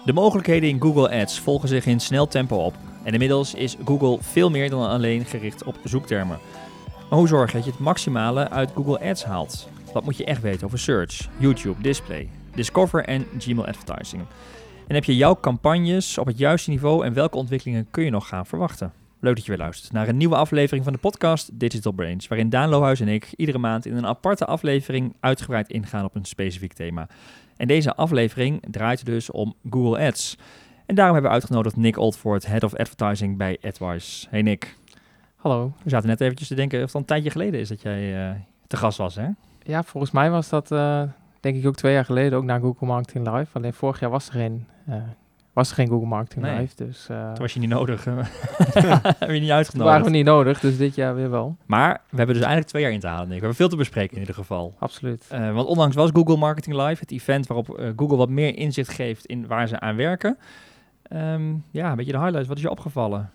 De mogelijkheden in Google Ads volgen zich in snel tempo op. En inmiddels is Google veel meer dan alleen gericht op zoektermen. Maar hoe zorg je dat je het maximale uit Google Ads haalt? Wat moet je echt weten over search, YouTube, display, Discover en Gmail advertising? En heb je jouw campagnes op het juiste niveau en welke ontwikkelingen kun je nog gaan verwachten? Leuk dat je weer luistert naar een nieuwe aflevering van de podcast Digital Brains, waarin Daan Lohuis en ik iedere maand in een aparte aflevering uitgebreid ingaan op een specifiek thema. En deze aflevering draait dus om Google Ads. En daarom hebben we uitgenodigd Nick Oldford, Head of Advertising bij AdWise. Hey Nick. Hallo. We zaten net eventjes te denken of het al een tijdje geleden is dat jij te gast was, hè? Ja, volgens mij was dat denk ik ook 2 jaar geleden ook naar Google Marketing Live. Alleen vorig jaar was er geen Google Marketing Live. Dus, toen was je niet nodig. Heb je niet uitgenodigd. Toen waren we niet nodig, dus dit jaar weer wel. Maar we hebben dus eigenlijk 2 jaar in te halen, Nick. We hebben veel te bespreken in ieder geval. Absoluut. Want onlangs was Google Marketing Live, het event waarop Google wat meer inzicht geeft in waar ze aan werken. Een beetje de highlights. Wat is je opgevallen?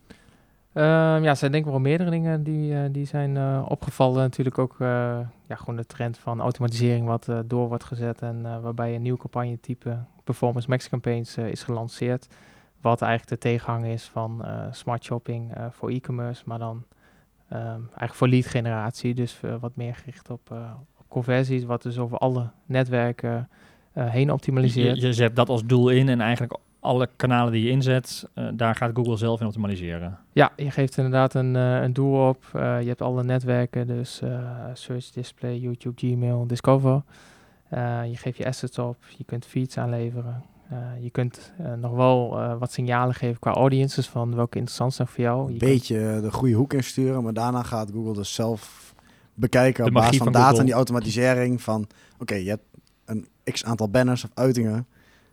Er zijn denk ik wel meerdere dingen die zijn opgevallen. Natuurlijk ook gewoon de trend van automatisering wat door wordt gezet. En waarbij een nieuw campagnetype Performance Max Campaigns is gelanceerd. Wat eigenlijk de tegenhanger is van smart shopping voor e-commerce. Maar dan eigenlijk voor lead generatie. Dus wat meer gericht op conversies. Wat dus over alle netwerken heen optimaliseert. Je zet dat als doel in en eigenlijk alle kanalen die je inzet, daar gaat Google zelf in optimaliseren. Ja, je geeft inderdaad een doel op. Je hebt alle netwerken, dus Search, Display, YouTube, Gmail, Discover. Je geeft je assets op, je kunt feeds aanleveren. Je kunt nog wel wat signalen geven qua audiences van welke interessant zijn voor jou. Een beetje de goede hoek insturen, maar daarna gaat Google dus zelf bekijken op magie basis van van data Google. en die automatisering van oké, je hebt een x-aantal banners of uitingen,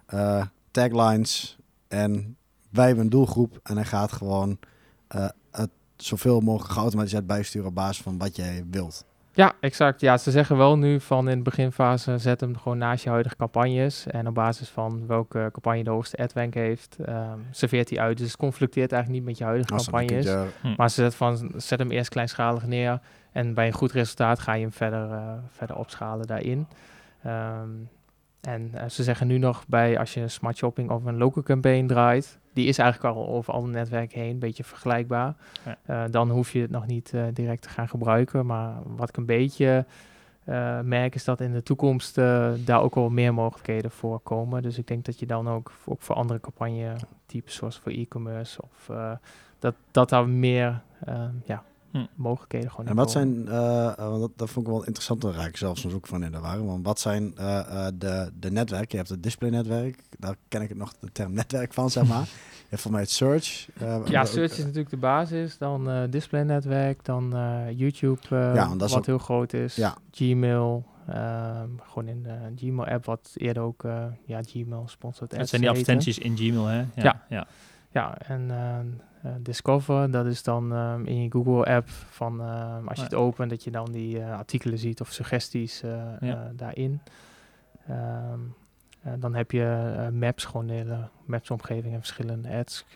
taglines en wij hebben een doelgroep en hij gaat gewoon het zoveel mogelijk geautomatiseerd bijsturen op basis van wat jij wilt. Ja, exact. Ja, ze zeggen wel nu van in de beginfase zet hem gewoon naast je huidige campagnes en op basis van welke campagne de hoogste adrank heeft, serveert hij uit. Dus het conflicteert eigenlijk niet met je huidige campagnes. Maar ze zet hem eerst kleinschalig neer en bij een goed resultaat ga je hem verder opschalen daarin. En ze zeggen nu nog bij als je een smart shopping of een local campaign draait, die is eigenlijk al over alle netwerken heen, een beetje vergelijkbaar. Ja. Dan hoef je het nog niet direct te gaan gebruiken. Maar wat ik een beetje merk is dat in de toekomst daar ook wel meer mogelijkheden voor komen. Dus ik denk dat je dan ook voor andere campagne-types, zoals voor e-commerce, of dat daar meer mogelijkheden gewoon. En wat zijn, dat vond ik wel interessant, daar raak ik zelfs soms ook van in de war. Want wat zijn de netwerken? Je hebt het display-netwerk, daar ken ik het nog de term netwerk van, zeg maar. Je hebt voor mij het search. Search is natuurlijk de basis, dan display-netwerk, dan YouTube, wat heel groot is. Ja. Gmail, gewoon in de Gmail-app, wat eerder ook Gmail sponsored ads. Dat zijn die advertenties in Gmail, hè? Ja, en Discover, dat is dan in je Google-app van als je het opent, dat je dan die artikelen ziet of suggesties daarin. Dan heb je Maps, gewoon de hele Maps-omgeving en verschillende ads.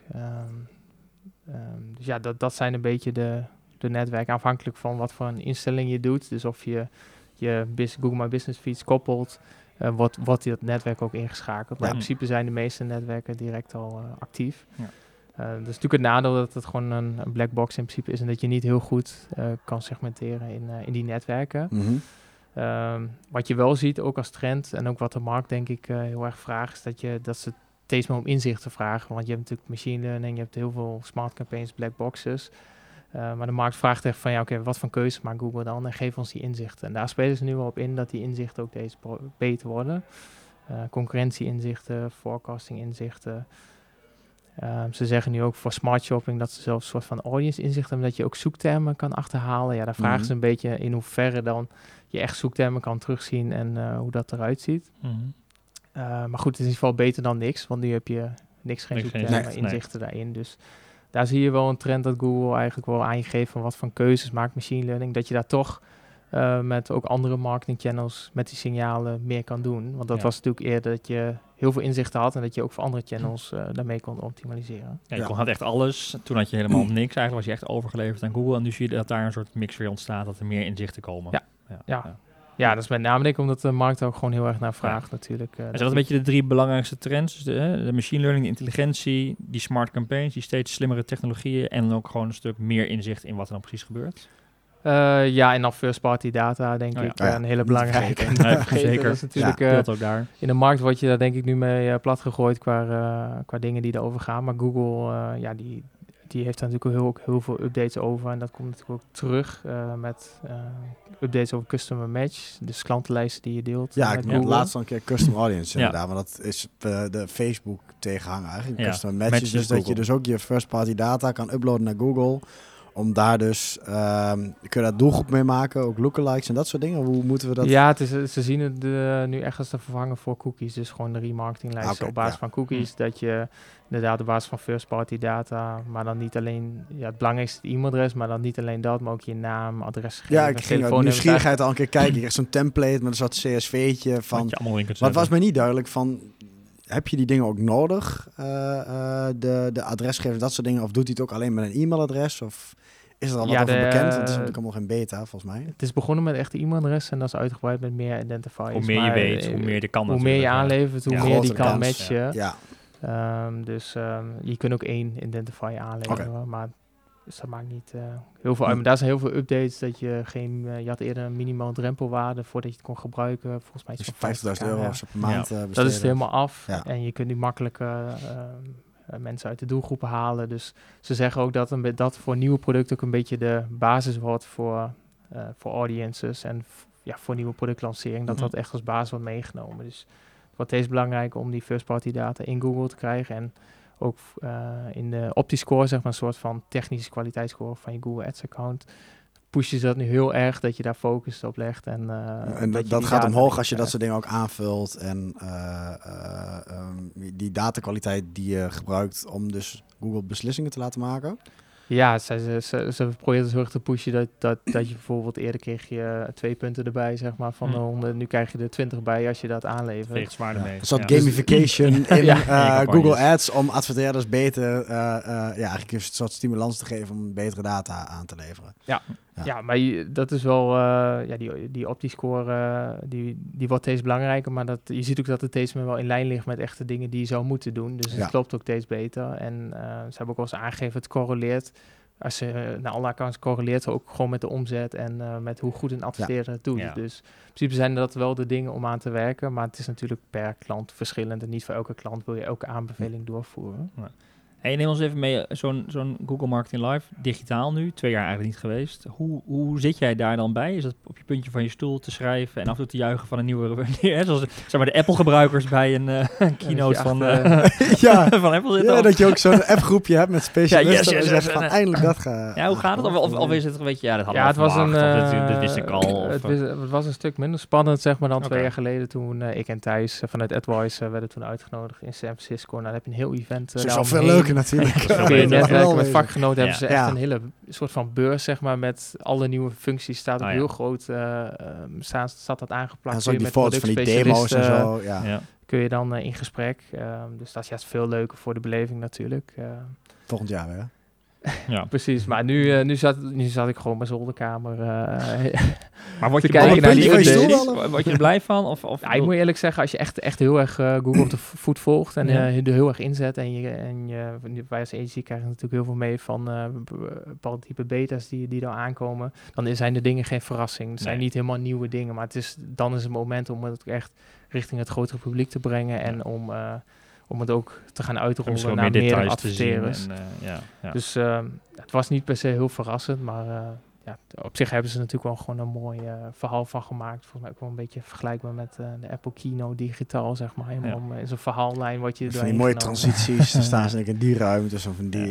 Dus ja, dat zijn een beetje de netwerken, afhankelijk van wat voor een instelling je doet. Dus of je Google My Business Feeds koppelt, wordt dat netwerk ook ingeschakeld. Maar in principe zijn de meeste netwerken direct al actief. Ja. Dat is natuurlijk het nadeel dat het gewoon een black box in principe is en dat je niet heel goed kan segmenteren in die netwerken. Mm-hmm. Wat je wel ziet, ook als trend en ook wat de markt denk ik heel erg vraagt, is dat ze steeds meer om inzichten vragen. Want je hebt natuurlijk machine learning, je hebt heel veel smart campaigns, black boxes. Maar de markt vraagt echt van wat voor keuzes maakt Google dan en geef ons die inzichten. En daar spelen ze nu wel op in dat die inzichten ook steeds beter worden. Concurrentie-inzichten, forecasting-inzichten. Ze zeggen nu ook voor smart shopping dat ze zelfs een soort van audience inzicht hebben, dat je ook zoektermen kan achterhalen. Ja, daar vragen ze een beetje in hoeverre dan je echt zoektermen kan terugzien en hoe dat eruit ziet. Mm-hmm. Maar goed, het is in ieder geval beter dan niks, want nu heb je geen zoektermen, inzichten daarin. Dus daar zie je wel een trend dat Google eigenlijk wel aangeeft van wat voor keuzes maakt machine learning, dat je daar toch met ook andere marketing channels met die signalen meer kan doen. Want dat was natuurlijk eerder dat je heel veel inzichten had en dat je ook voor andere channels daarmee kon optimaliseren. Ja, je kon echt alles. Toen had je helemaal niks. Eigenlijk was je echt overgeleverd aan Google. En nu zie je dat daar een soort mix weer ontstaat, dat er meer inzichten komen. Ja. Ja, dat is met name denk ik omdat de markt ook gewoon heel erg naar vraagt natuurlijk. Zijn dat een beetje de 3 belangrijkste trends? Dus de machine learning, de intelligentie, die smart campaigns, die steeds slimmere technologieën en dan ook gewoon een stuk meer inzicht in wat er dan precies gebeurt? En dan first party data denk ik een hele belangrijke. Zeker. Dat is natuurlijk ook daar. in de markt word je daar denk ik nu mee plat gegooid qua dingen die erover gaan. Maar Google, die heeft daar natuurlijk ook heel veel updates over. En dat komt natuurlijk ook terug met updates over customer match. Dus klantenlijsten die je deelt. Ja, met ik Google. laatst al een keer custom audience inderdaad. Maar dat is de Facebook tegenhanger eigenlijk. Customer matches. Dus dat je dus ook je first party data kan uploaden naar Google. Om daar dus, kun je daar doelgroep mee maken, ook lookalikes en dat soort dingen? Hoe moeten we dat? Ja, ze zien het nu echt als te vervangen voor cookies. Dus gewoon de remarketinglijsten op basis van cookies. Dat je inderdaad op basis van first party data, maar dan niet alleen, het belangrijkste het e-mailadres, maar dan niet alleen dat, maar ook je naam, adresgegevens, ja, ik ging uit nieuwsgierigheid al een keer kijken. Je krijgt zo'n template met een soort CSV'tje van. Wat was mij niet duidelijk van. Heb je die dingen ook nodig? De adresgevers, dat soort dingen? Of doet hij het ook alleen met een e-mailadres? Of is er al wat over bekend? Want het is natuurlijk allemaal geen beta, volgens mij. Het is begonnen met echt e-mailadres en dat is uitgebreid met meer identifiers. Hoe meer je weet, hoe meer je kan. Hoe meer je aanlevert, hoe meer die kan matchen. Ja. Dus je kunt ook 1 identifier aanleveren, maar dus dat maakt niet heel veel uit. Maar daar zijn heel veel updates dat je je had eerder een minimaal drempelwaarde voordat je het kon gebruiken. Volgens mij is het €50.000 per maand besteden. Dat is het helemaal af. Ja. En je kunt nu makkelijk mensen uit de doelgroepen halen. Dus ze zeggen ook dat voor nieuwe producten ook een beetje de basis wordt voor audiences en voor nieuwe productlancering. Dat echt als basis wordt meegenomen. Dus het wordt steeds belangrijker om die first party data in Google te krijgen en ook in de OptiScore, zeg maar, een soort van technische kwaliteitsscore van je Google Ads account, push je dat nu heel erg, dat je daar focus op legt. En dat gaat omhoog als je dat soort dingen ook aanvult. En die datakwaliteit die je gebruikt om dus Google beslissingen te laten maken. Ja, ze proberen dus heel erg te pushen dat je bijvoorbeeld eerder kreeg je 2 punten erbij, zeg maar, van de 100. Nu krijg je er 20 bij als je dat aanlevert. Mee. Een soort gamification in Google Ads om adverteerders beter, eigenlijk een soort stimulans te geven om betere data aan te leveren. Ja, maar dat is wel, die OptiScore, die wordt steeds belangrijker, maar je ziet ook dat het steeds meer wel in lijn ligt met echte dingen die je zou moeten doen. Dus het klopt ook steeds beter. En ze hebben ook wel eens aangegeven, het correleert, als je naar alle accounts correleert, ook gewoon met de omzet en met hoe goed een adverteerder het doet. Ja. Dus in principe zijn dat wel de dingen om aan te werken, maar het is natuurlijk per klant verschillend en niet voor elke klant wil je elke aanbeveling doorvoeren. Ja. Hey, neem ons even mee, zo'n Google Marketing Live, digitaal nu, 2 jaar eigenlijk niet geweest. Hoe zit jij daar dan bij? Is dat op je puntje van je stoel te schrijven en af en toe te juichen van een nieuwe... zoals zeg maar de Apple-gebruikers bij een keynote van Apple zitten? Ja, dat je ook zo'n appgroepje hebt met specialisten en zegt van eindelijk dat gaat. Ja, hoe gaat het? Of is het een beetje, dat het was dit wist ik al. Het was een stuk minder spannend, zeg maar, dan 2 jaar geleden toen ik en Thijs vanuit AdWise werden toen uitgenodigd in San Francisco. Nou, dan heb je een heel event. Het is al veel leuker natuurlijk. Netwerken met vakgenoten hebben ze echt een hele soort van beurs, zeg maar, met alle nieuwe functies. Staat ook heel groot, staat dat aangeplakt. En zo die foto's van die demo's en zo. Kun je dan in gesprek. Dus dat is juist veel leuker voor de beleving natuurlijk. Volgend jaar weer. Ja, precies. Maar nu zat ik gewoon in mijn zolderkamer. Maar word je kijken naar die updates? Word je er blij van? Of ik moet eerlijk zeggen, als je echt heel erg Google op de voet volgt en er heel erg inzet wij als agency krijgen natuurlijk heel veel mee van bepaalde type beta's die er aankomen, dan zijn de dingen geen verrassing. Het zijn niet helemaal nieuwe dingen, maar dan is het moment om het echt richting het grotere publiek te brengen en om het ook te gaan uitrollen naar meer adverteerders. Dus het was niet per se heel verrassend, maar op zich hebben ze natuurlijk wel gewoon een mooi verhaal van gemaakt. Volgens mij ook wel een beetje vergelijkbaar met de Apple Keynote digitaal, zeg maar. Helemaal in zo'n verhaallijn wat je van die mooie transities, dan staan ze in die ruimte, of van die...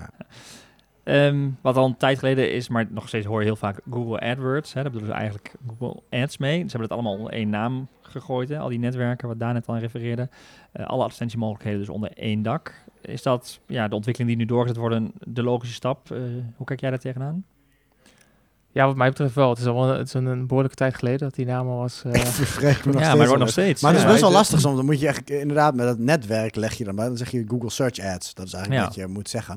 wat al een tijd geleden is, maar nog steeds hoor je heel vaak Google AdWords. Daar bedoelen ze eigenlijk Google Ads mee. Ze hebben het allemaal onder 1 naam gegooid, al die netwerken, wat Daan net al refereerde. Alle advertentiemogelijkheden dus onder 1 dak. Is dat de ontwikkeling die nu doorgezet worden de logische stap? Hoe kijk jij daar tegenaan? Ja, wat mij betreft wel. Het is een behoorlijke tijd geleden dat die naam al was. Maar nog steeds. Maar het is best wel lastig soms. Dan moet je echt inderdaad met het netwerk leg je dan bij. Dan zeg je Google Search Ads. Dat is eigenlijk wat je moet zeggen.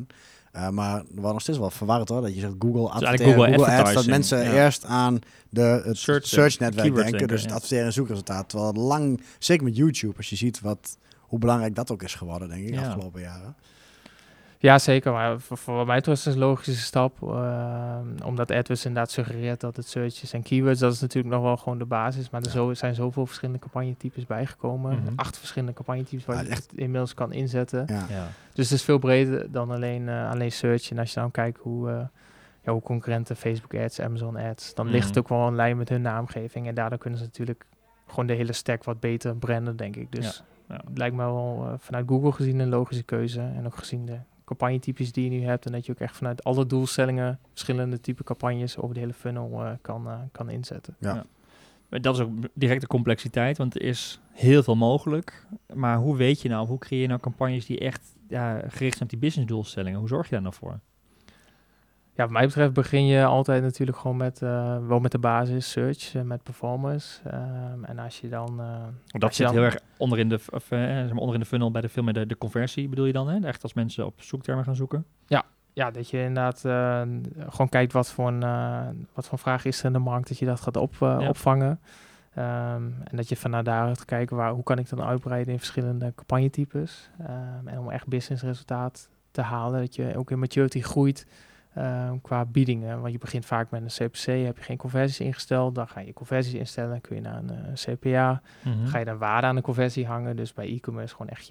Maar er was nog steeds wel verwarrend hoor. Dat je zegt Google eigenlijk adverteren, Google Ads. Dat advertising, mensen eerst aan het search-netwerk denken. Dus het ja. adverteren en zoekresultaat. Terwijl het lang, zeker met YouTube, als je ziet hoe belangrijk dat ook is geworden, denk ik, de afgelopen jaren. Ja, zeker. Maar voor mij was het een logische stap. Omdat AdWords inderdaad suggereert dat het searches en keywords, dat is natuurlijk nog wel gewoon de basis. Maar er zijn zoveel verschillende campagnetypes bijgekomen. 8 verschillende campagnetypes waar je echt inmiddels kan inzetten. Ja. Ja. Dus het is veel breder dan alleen search. En als je dan kijkt hoe concurrenten Facebook ads, Amazon ads, dan ligt het ook wel in lijn met hun naamgeving. En daardoor kunnen ze natuurlijk gewoon de hele stack wat beter branden, denk ik. Dus het lijkt me wel vanuit Google gezien een logische keuze. En ook gezien de campagnetypes die je nu hebt. En dat je ook echt vanuit alle doelstellingen verschillende type campagnes over de hele funnel kan inzetten. Ja. Dat is ook direct de complexiteit, want er is heel veel mogelijk. Maar hoe weet je nou, hoe creëer je nou campagnes die echt gericht zijn op die business doelstellingen? Hoe zorg je daar nou voor? Ja, wat mij betreft begin je altijd natuurlijk gewoon met de basis, search, met performance. En als je dan... dat zit heel erg onderin de funnel bij veel meer de conversie, bedoel je dan? Hè? Echt als mensen op zoektermen gaan zoeken? Ja, dat je inderdaad gewoon kijkt wat voor vraag is er in de markt, dat je dat gaat opvangen. En dat je vanuit daaruit kijkt, hoe kan ik dan uitbreiden in verschillende campagnetypes. En om echt businessresultaat te halen, dat je ook in maturity groeit qua biedingen. Want je begint vaak met een CPC, heb je geen conversies ingesteld, dan ga je conversies instellen, dan kun je naar een CPA. Dan ga je dan waarde aan de conversie hangen, dus bij e-commerce gewoon echt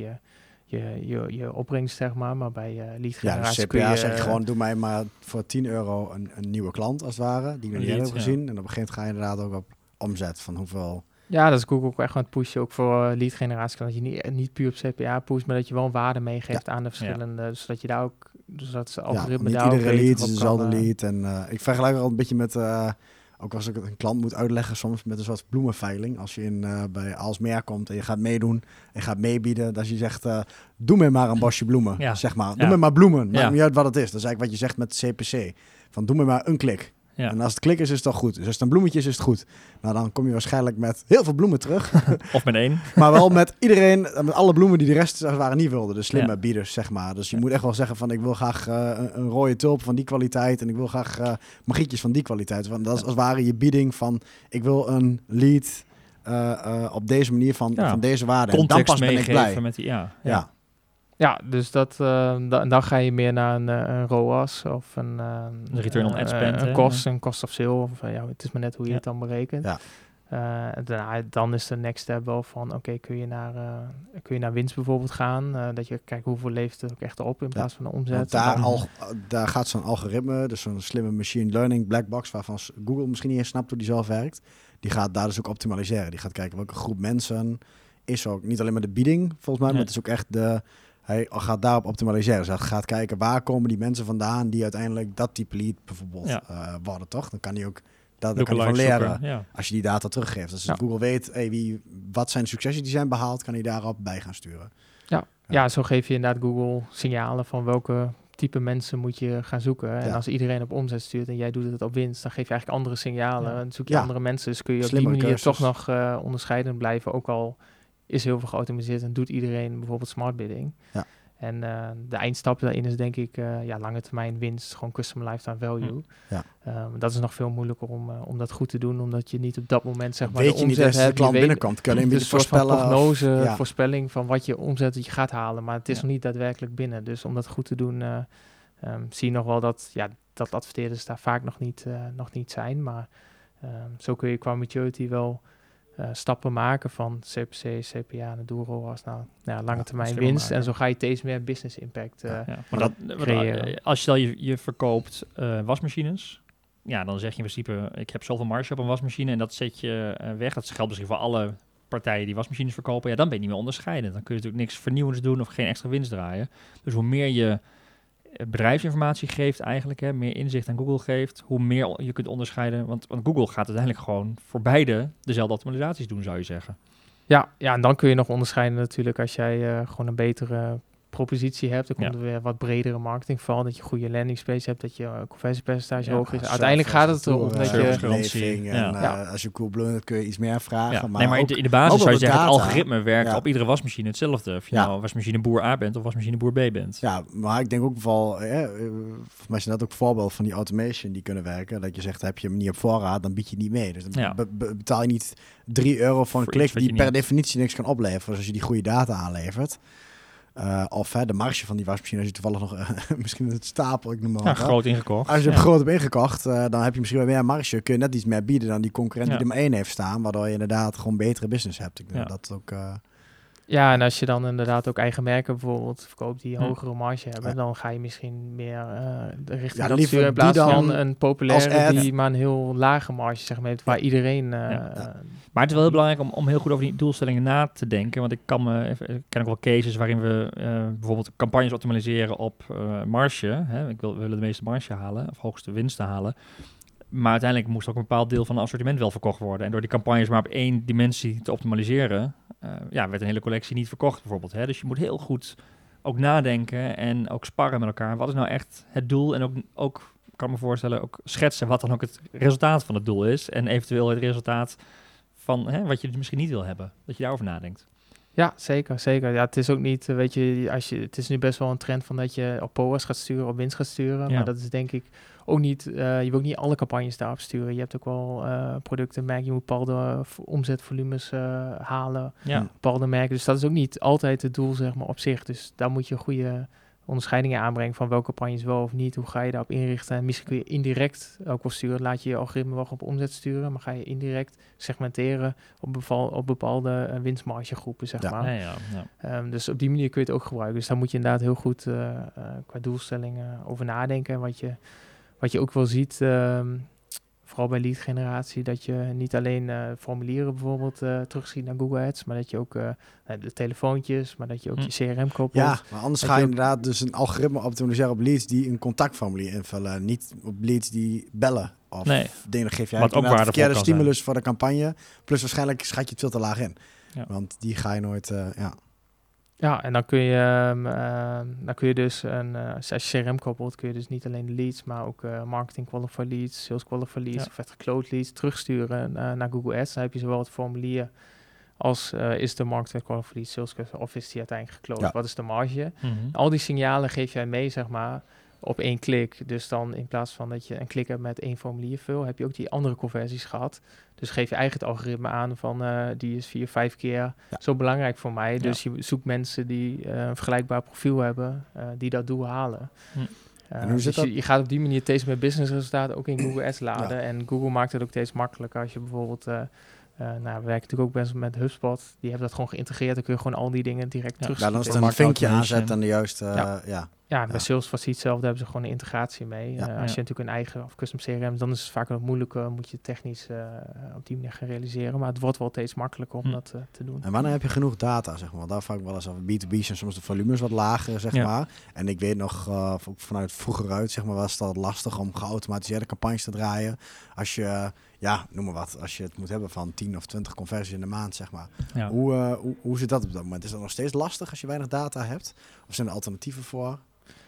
je opbrengst, zeg maar bij lead generatie. Ja, de CPA zeg je gewoon, doe mij maar voor €10 een nieuwe klant, als het ware, die we niet hebben gezien. En op een gegeven moment ga je inderdaad ook op omzet van hoeveel... Ja, dat is Google ook echt aan het pushen, ook voor lead generatie. Dat je niet puur op CPA pusht, maar dat je wel een waarde meegeeft aan de verschillende, zodat je daar ook, dus dat is algoritme daar ook iedere lead is dezelfde lead. En ik vergelijk er al een beetje met, ook als ik een klant moet uitleggen soms met een soort bloemenveiling. Als je bij Aalsmeer komt en je gaat meedoen en gaat meebieden, dat je zegt, doe me maar een bosje bloemen, zeg maar. Doe me maar bloemen, maakt niet uit wat het is. Dat is eigenlijk wat je zegt met CPC. Van doe me maar een klik. Ja. En als het klik is het toch goed. Dus als het een bloemetje is het goed. Nou, dan kom je waarschijnlijk met heel veel bloemen terug. Of met 1. Maar wel met iedereen, met alle bloemen die de rest waren niet wilden. De slimme bieders, zeg maar. Dus je moet echt wel zeggen van, ik wil graag een rode tulp van die kwaliteit. En ik wil graag magietjes van die kwaliteit. Want dat is als het ware je bieding van, ik wil een lead op deze manier van deze waarde. Context en dan pas ben ik blij. Met die, Ja, dus dan ga je meer naar een ROAS of een return on ad spend, een cost of sale. Of, het is maar net hoe je het dan berekent. Ja. Dan is de next step wel van, oké, kun je naar winst bijvoorbeeld gaan? Dat je kijkt hoeveel levert het ook echt op in plaats van de omzet. Daar gaat zo'n algoritme, dus zo'n slimme machine learning black box, waarvan Google misschien niet eens snapt hoe die zelf werkt. Die gaat daar dus ook optimaliseren. Die gaat kijken welke groep mensen is ook niet alleen maar de bieding, volgens mij, maar het is ook echt hij gaat daarop optimaliseren. Dus hij gaat kijken waar komen die mensen vandaan die uiteindelijk dat type lead bijvoorbeeld worden, toch? Dan kan hij ook kan hij van leren als je die data teruggeeft. Dus als Google weet wat zijn de successen die zijn behaald, kan hij daarop bij gaan sturen. Ja, zo geef je inderdaad Google signalen van welke type mensen moet je gaan zoeken. En als iedereen op omzet stuurt en jij doet het op winst, dan geef je eigenlijk andere signalen. En zoek je andere mensen. Dus kun je op die manier toch nog onderscheidend blijven, ook al is heel veel geautomatiseerd en doet iedereen bijvoorbeeld smart bidding. Ja. En de eindstap daarin is denk ik lange termijn winst, gewoon customer lifetime value. Ja. Dat is nog veel moeilijker om dat goed te doen, omdat je niet op dat moment zeg maar weet de omzet hebt. De klant binnenkomt, kun je een beetje voorspellen. Prognose, voorspelling van wat je omzet dat je gaat halen, maar het is nog niet daadwerkelijk binnen. Dus om dat goed te doen, zie je nog wel dat adverteerders daar vaak nog niet zijn. Maar zo kun je qua maturity wel stappen maken van CPC, CPA en doelROAS naar lange termijn winst. En zo ga je steeds meer business impact creëren. Als je verkoopt wasmachines, dan zeg je in principe, ik heb zoveel marge op een wasmachine en dat zet je weg. Dat geldt misschien voor alle partijen die wasmachines verkopen. Ja, dan ben je niet meer onderscheidend. Dan kun je natuurlijk niks vernieuwends doen of geen extra winst draaien. Dus hoe meer je bedrijfsinformatie geeft eigenlijk, meer inzicht aan Google geeft, hoe meer je kunt onderscheiden. Want Google gaat uiteindelijk gewoon voor beide dezelfde optimalisaties doen, zou je zeggen. Ja, en dan kun je nog onderscheiden natuurlijk als jij gewoon een betere propositie hebt. Dan komt er weer wat bredere marketing van. Dat je goede landing space hebt. Dat je conversiepercentage hoog is. Uiteindelijk gaat het erom dat je... Als je Coolblue hebt, kun je iets meer vragen. Maar in de basis zou je zeggen, het algoritme werkt op iedere wasmachine hetzelfde. Of je nou wasmachine boer A bent of wasmachine boer B bent. Ja, maar ik denk ook wel... volgens mij is dat ook voorbeeld van die automation die kunnen werken. Dat je zegt, heb je hem niet op voorraad, dan bied je niet mee. Dus dan betaal je niet €3 voor een klik die per definitie niks kan opleveren. Dus als je die goede data aanlevert... of de marge van die wasmachine, als je toevallig nog misschien het stapel, ik noem maar groot ingekocht. Als je hem groot hebt ingekocht, dan heb je misschien wel meer marge. Kun je net iets meer bieden dan die concurrent die er maar één heeft staan, waardoor je inderdaad gewoon betere business hebt. Ik denk dat ook... Ja, en als je dan inderdaad ook eigen merken bijvoorbeeld verkoopt die hogere marge hebben, dan ga je misschien meer richting dat sturen in plaats van een populaire die maar een heel lage marge zeg maar, heeft, waar iedereen... Maar het is wel heel belangrijk om heel goed over die doelstellingen na te denken, want ik ken ook wel cases waarin we bijvoorbeeld campagnes optimaliseren op marge. Hè? We willen de meeste marge halen, of hoogste winsten halen. Maar uiteindelijk moest ook een bepaald deel van het assortiment wel verkocht worden. En door die campagnes maar op één dimensie te optimaliseren, werd een hele collectie niet verkocht bijvoorbeeld. Hè? Dus je moet heel goed ook nadenken en ook sparren met elkaar. Wat is nou echt het doel? En ook kan me voorstellen, ook schetsen wat dan ook het resultaat van het doel is. En eventueel het resultaat van wat je dus misschien niet wil hebben. Dat je daarover nadenkt. Ja, zeker. Ja, het is ook niet, het is nu best wel een trend van dat je op POAS gaat sturen, op winst gaat sturen. Maar dat is denk ik ook niet, je wil ook niet alle campagnes daarop sturen. Je hebt ook wel producten, merken, je moet bepaalde omzetvolumes halen, bepaalde merken. Dus dat is ook niet altijd het doel, zeg maar, op zich. Dus daar moet je goede onderscheidingen aanbrengen van welke campagnes wel of niet. Hoe ga je daarop inrichten? En misschien kun je indirect ook wel sturen. Laat je algoritme wel op omzet sturen, maar ga je indirect segmenteren op bepaalde winstmargegroepen, zeg maar. Dus op die manier kun je het ook gebruiken. Dus daar moet je inderdaad heel goed qua doelstellingen over nadenken. Wat je ook wel ziet, vooral bij lead generatie, dat je niet alleen formulieren bijvoorbeeld terugziet naar Google Ads, maar dat je ook de telefoontjes, maar dat je ook je CRM koppelt. Ja, maar anders ga je inderdaad dus een algoritme optimaliseren op leads die een contactformulier invullen, niet op leads die bellen. Of dingen geef je eigenlijk een verkeerde stimulus voor de campagne. Plus waarschijnlijk schat je het veel te laag in. Ja. Want die ga je nooit... Ja, en dan kun je dus, als je CRM koppelt, kun je dus niet alleen de leads, maar ook marketing qualified leads, sales qualified leads, of echt closed leads terugsturen naar Google Ads. Dan heb je zowel het formulier als is de marketing qualified leads, sales of is die uiteindelijk geclosed. Wat is de marge? Al die signalen geef jij mee, zeg maar, op één klik. Dus dan in plaats van dat je een klik hebt met één formulier vul, heb je ook die andere conversies gehad. Dus geef je eigen het algoritme aan van die is 4-5 keer zo belangrijk voor mij. Dus je zoekt mensen die een vergelijkbaar profiel hebben, die dat doel halen. En hoe zit dus dat? je gaat op die manier steeds meer businessresultaten ook in Google Ads laden. En Google maakt het ook steeds makkelijker als je bijvoorbeeld... we werken natuurlijk ook best met HubSpot. Die hebben dat gewoon geïntegreerd. Dan kun je gewoon al die dingen direct terug. Ja, dan is het een vinkje aanzetten en de juiste... Ja, bij Salesforce hetzelfde, hebben ze gewoon een integratie mee. Als je natuurlijk een eigen of custom CRM, dan is het vaak wat moeilijker, moet je technisch op die manier gaan realiseren. Maar het wordt wel steeds makkelijker om dat te doen. En wanneer heb je genoeg data, zeg maar? Daar vaak wel eens over. B2B zijn soms de volumes wat lager, zeg maar. En ik weet nog, vanuit vroeger uit, zeg maar, was het al lastig om geautomatiseerde campagnes te draaien. Als je, noem maar wat, als je het moet hebben van 10 of 20 conversies in de maand, zeg maar. Ja. Hoe zit dat op dat moment? Is dat nog steeds lastig als je weinig data hebt? Of zijn er alternatieven voor?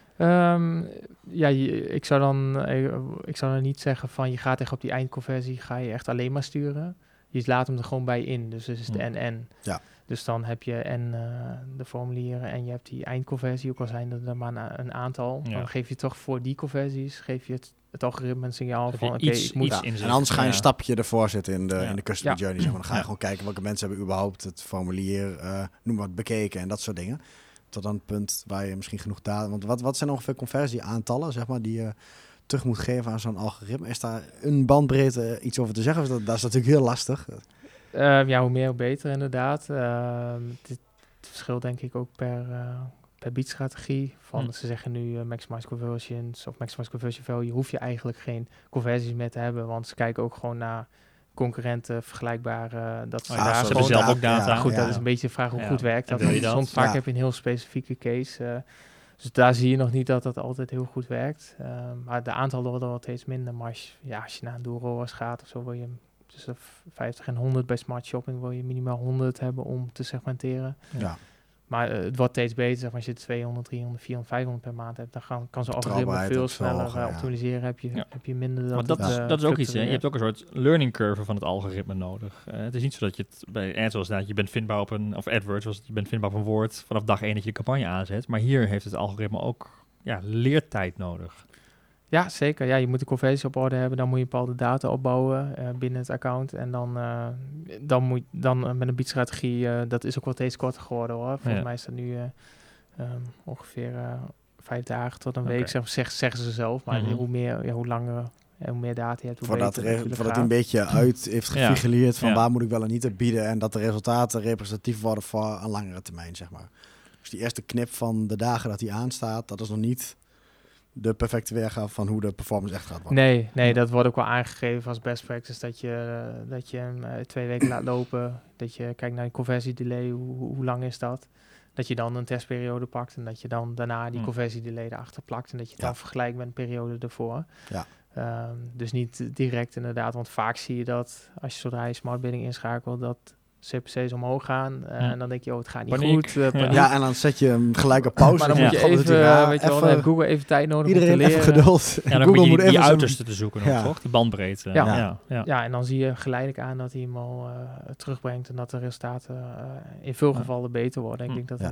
Ik zou dan niet zeggen van je gaat echt op die eindconversie, ga je echt alleen maar sturen. Je laat hem er gewoon bij in, dus het is de NN. Ja. Dus dan heb je de formulieren en je hebt die eindconversie, ook al zijn er maar een aantal. Ja. Dan geef je toch voor die conversies, geef je het algoritme een signaal van oké, ik moet iets inzetten. En anders ga je een stapje ervoor zitten in de customer journey. Zeg maar. Dan ga je gewoon kijken welke mensen hebben überhaupt het formulier, noem wat, bekeken en dat soort dingen. Tot aan het punt waar je misschien genoeg data... Want wat zijn ongeveer conversieaantallen, zeg maar, die je terug moet geven aan zo'n algoritme? Is daar een bandbreedte iets over te zeggen? Dat is natuurlijk heel lastig. Hoe meer, hoe beter inderdaad. Het verschilt denk ik ook per biedstrategie. Ze zeggen nu maximize conversions of maximize conversion value. Hoef je eigenlijk geen conversies meer te hebben, want ze kijken ook gewoon naar concurrenten vergelijkbaar. Ze hebben zelf ook data. Goed, dat is een beetje de vraag hoe goed werkt dat. Soms vaak heb je een heel specifieke case. Dus daar zie je nog niet dat dat altijd heel goed werkt. Maar de aantallen worden wel steeds minder. Maar als je naar een doelrollers gaat of zo, wil je tussen 50 en 100 bij Smart Shopping wil je minimaal 100 hebben om te segmenteren. Ja. Maar het wordt steeds beter. Zeg maar, als je 200, 300, 400, 500 per maand hebt, dan kan zo'n algoritme veel sneller optimaliseren. Heb je minder dan dat is ook iets, hè? Je hebt ook een soort learning curve van het algoritme nodig. Het is niet zo dat je het bij ads zoals je bent vindbaar op of AdWords, zoals je bent vindbaar op een woord vanaf dag 1 dat je de campagne aanzet. Maar hier heeft het algoritme ook leertijd nodig. Ja, zeker. Ja, je moet de conversies op orde hebben. Dan moet je bepaalde data opbouwen binnen het account. En dan met een biedstrategie, dat is ook wel steeds korter geworden hoor. Volgens mij is dat nu ongeveer 5 dagen tot een week, zeggen ze zelf. Maar hoe langer, hoe meer data je hebt, hoe voordat hij een beetje uit heeft gefigureerd van waar moet ik wel en niet op bieden. En dat de resultaten representatief worden voor een langere termijn, zeg maar. Dus die eerste knip van de dagen dat hij aanstaat, dat is nog niet de perfecte weergave van hoe de performance echt gaat worden. Nee, dat wordt ook wel aangegeven als best practice, dat je hem 2 weken laat lopen, dat je kijkt naar een conversiedelay, hoe lang is dat? Dat je dan een testperiode pakt en dat je dan daarna die conversiedelay erachter plakt en dat je het dan vergelijkt met een periode ervoor. Ja. Dus niet direct inderdaad, want vaak zie je dat als je zodra je smart bidding inschakelt, dat CPC's omhoog gaan en dan denk je, het gaat niet goed. Ja, en dan zet je hem gelijk op pauze. Maar dan moet je even, weet je wel, dan heeft Google even tijd nodig iedereen om te leren. Even geduld. Ja, dan Google moet die uiterste te zoeken nog, toch? Die bandbreedte. Ja, en dan zie je geleidelijk aan dat hij hem al terugbrengt en dat de resultaten in veel gevallen beter worden. Ik denk dat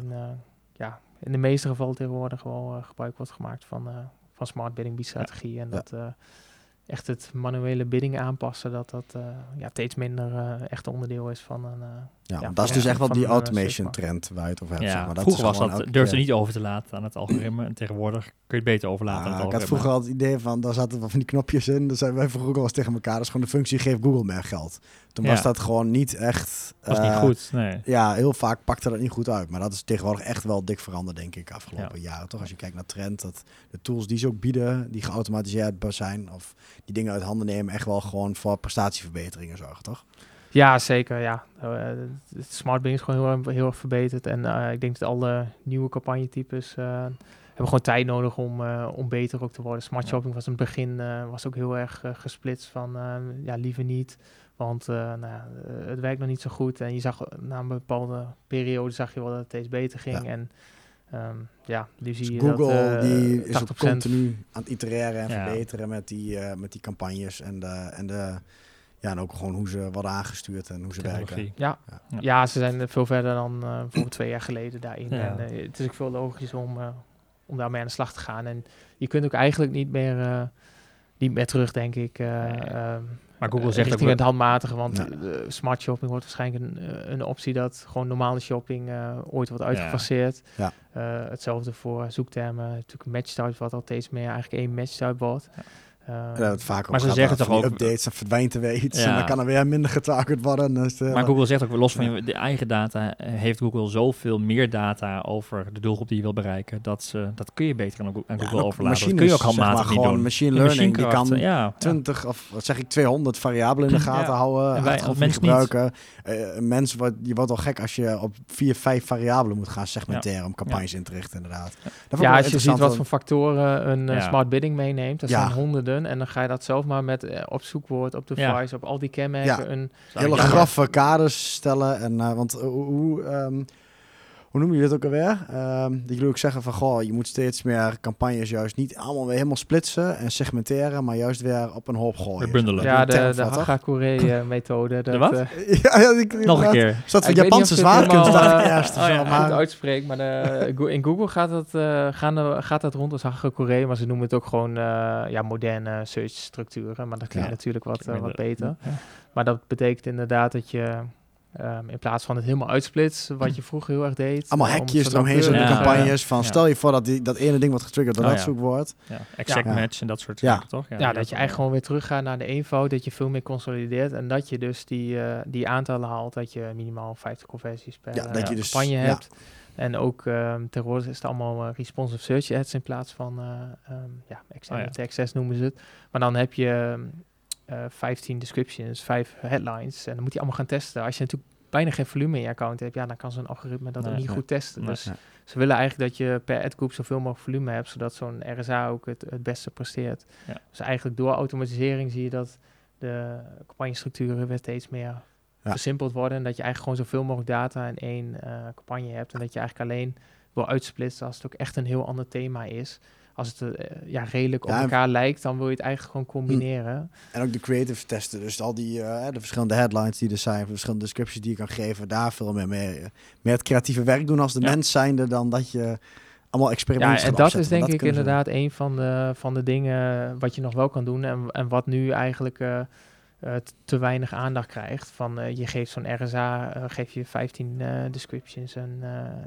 in de meeste gevallen tegenwoordig wel gebruik wordt gemaakt van smart bidding strategie en dat echt het manuele bidding aanpassen, dat steeds minder echt onderdeel is van een... dat is dus echt wel die automation trend waar je het over hebt. Ja, zeg maar. Dat vroeger is was dat, durfde niet over te laten aan het algoritme. En tegenwoordig kun je het beter overlaten aan het algoritme. Ik had vroeger al het idee van, daar zaten wel van die knopjes in. Daar zijn wij vroeger ook al eens tegen elkaar. Dat is gewoon de functie, geef Google meer geld. Toen was dat gewoon niet echt... was niet goed, nee. Ja, heel vaak pakte dat niet goed uit. Maar dat is tegenwoordig echt wel dik veranderd, denk ik, afgelopen jaren. Toch? Als je kijkt naar trend, dat de tools die ze ook bieden, die geautomatiseerd zijn, of die dingen uit handen nemen, echt wel gewoon voor prestatieverbeteringen zorgen, toch? Ja, zeker. Ja. Het smart bidding is gewoon heel erg verbeterd. En ik denk dat alle nieuwe campagnetypes hebben gewoon tijd nodig om beter ook te worden. Smart shopping was in het begin was ook heel erg gesplitst van liever niet. Want het werkt nog niet zo goed. En je zag na een bepaalde periode zag je wel dat het steeds beter ging. Ja. En nu zie je Google dat die is ook continu aan het itereren en verbeteren met die campagnes en ook gewoon hoe ze worden aangestuurd en hoe ze werken. Ja, ze zijn veel verder dan bijvoorbeeld 2 jaar geleden daarin. Ja. En het is ook veel logischer om daarmee aan de slag te gaan. En je kunt ook eigenlijk niet meer terug, denk ik. Maar Google zegt richting het handmatige, want smart shopping wordt waarschijnlijk een optie dat gewoon normale shopping ooit wordt uitgefaseerd. Ja. Hetzelfde voor zoektermen. Natuurlijk match type wat al steeds meer eigenlijk 1 match type wordt. Maar ze zeggen toch ook updates, dan verdwijnt er weer iets en dan kan er weer minder getarget worden. Dus, maar Google zegt ook los van de eigen data, heeft Google zoveel meer data over de doelgroep die je wil bereiken, dat kun je beter aan Google overlaten. Dat kun je ook handmatig niet doen. Machine learning, die kan 20 of wat zeg ik, 200 variabelen in de gaten houden. En wij als mens gebruiken. Een mens je wordt al gek als je op 4, 5 variabelen moet gaan segmenteren om campagnes in te richten, inderdaad. Als je ziet wat voor factoren een smart bidding meeneemt, dat zijn honderden. En dan ga je dat zelf maar met op zoekwoord, op device, op al die kenmerken. Hele graffe kaders stellen. En, want hoe noem je dit ook alweer? Dat jullie ook zeggen van, je moet steeds meer campagnes juist niet allemaal weer helemaal splitsen en segmenteren, maar juist weer op een hoop gooien. Bundelen. Ja, de Haga-Corée-methode. De wat? Nog een keer. Is dat van Japanse zwaarkunst? Maar het uitspreek, maar in Google gaat dat rond als Haga-Corée, maar ze noemen het ook gewoon moderne search-structuren, maar dat klinkt natuurlijk wat beter. Ja. Maar dat betekent inderdaad dat je in plaats van het helemaal uitsplitsen, wat je vroeger heel erg deed. Allemaal hekjes eromheen, zo'n campagnes van stel je voor dat ene ding wordt getriggerd door dat zoekwoord. Exact match en dat soort zaken, toch? Ja, dat je eigenlijk gewoon weer teruggaat naar de eenvoud, dat je veel meer consolideert en dat je dus die aantallen haalt, dat je minimaal 50 conversies per campagne hebt. En ook tegenwoordig is het allemaal responsive search ads in plaats van extended access noemen ze het. Maar dan heb je 15 descriptions, 5 headlines. En dan moet je allemaal gaan testen. Als je natuurlijk bijna geen volume in je account hebt, dan kan zo'n algoritme dat ook niet goed testen. Dus ze willen eigenlijk dat je per adgroep zoveel mogelijk volume hebt, zodat zo'n RSA ook het beste presteert. Ja. Dus eigenlijk door automatisering zie je dat de campagnestructuren weer steeds meer versimpeld worden. En dat je eigenlijk gewoon zoveel mogelijk data in één campagne hebt. En dat je eigenlijk alleen wil uitsplitsen als het ook echt een heel ander thema is. Als het redelijk op elkaar lijkt, dan wil je het eigenlijk gewoon combineren. En ook de creative testen. Dus al die de verschillende headlines die er zijn, de verschillende descriptions die je kan geven, daar veel meer het creatieve werk doen als de mens zijnde dan dat je allemaal experimenten en dat is denk ik inderdaad een van de dingen wat je nog wel kan doen en wat nu eigenlijk te weinig aandacht krijgt. Je geeft zo'n RSA, geef je 15 descriptions en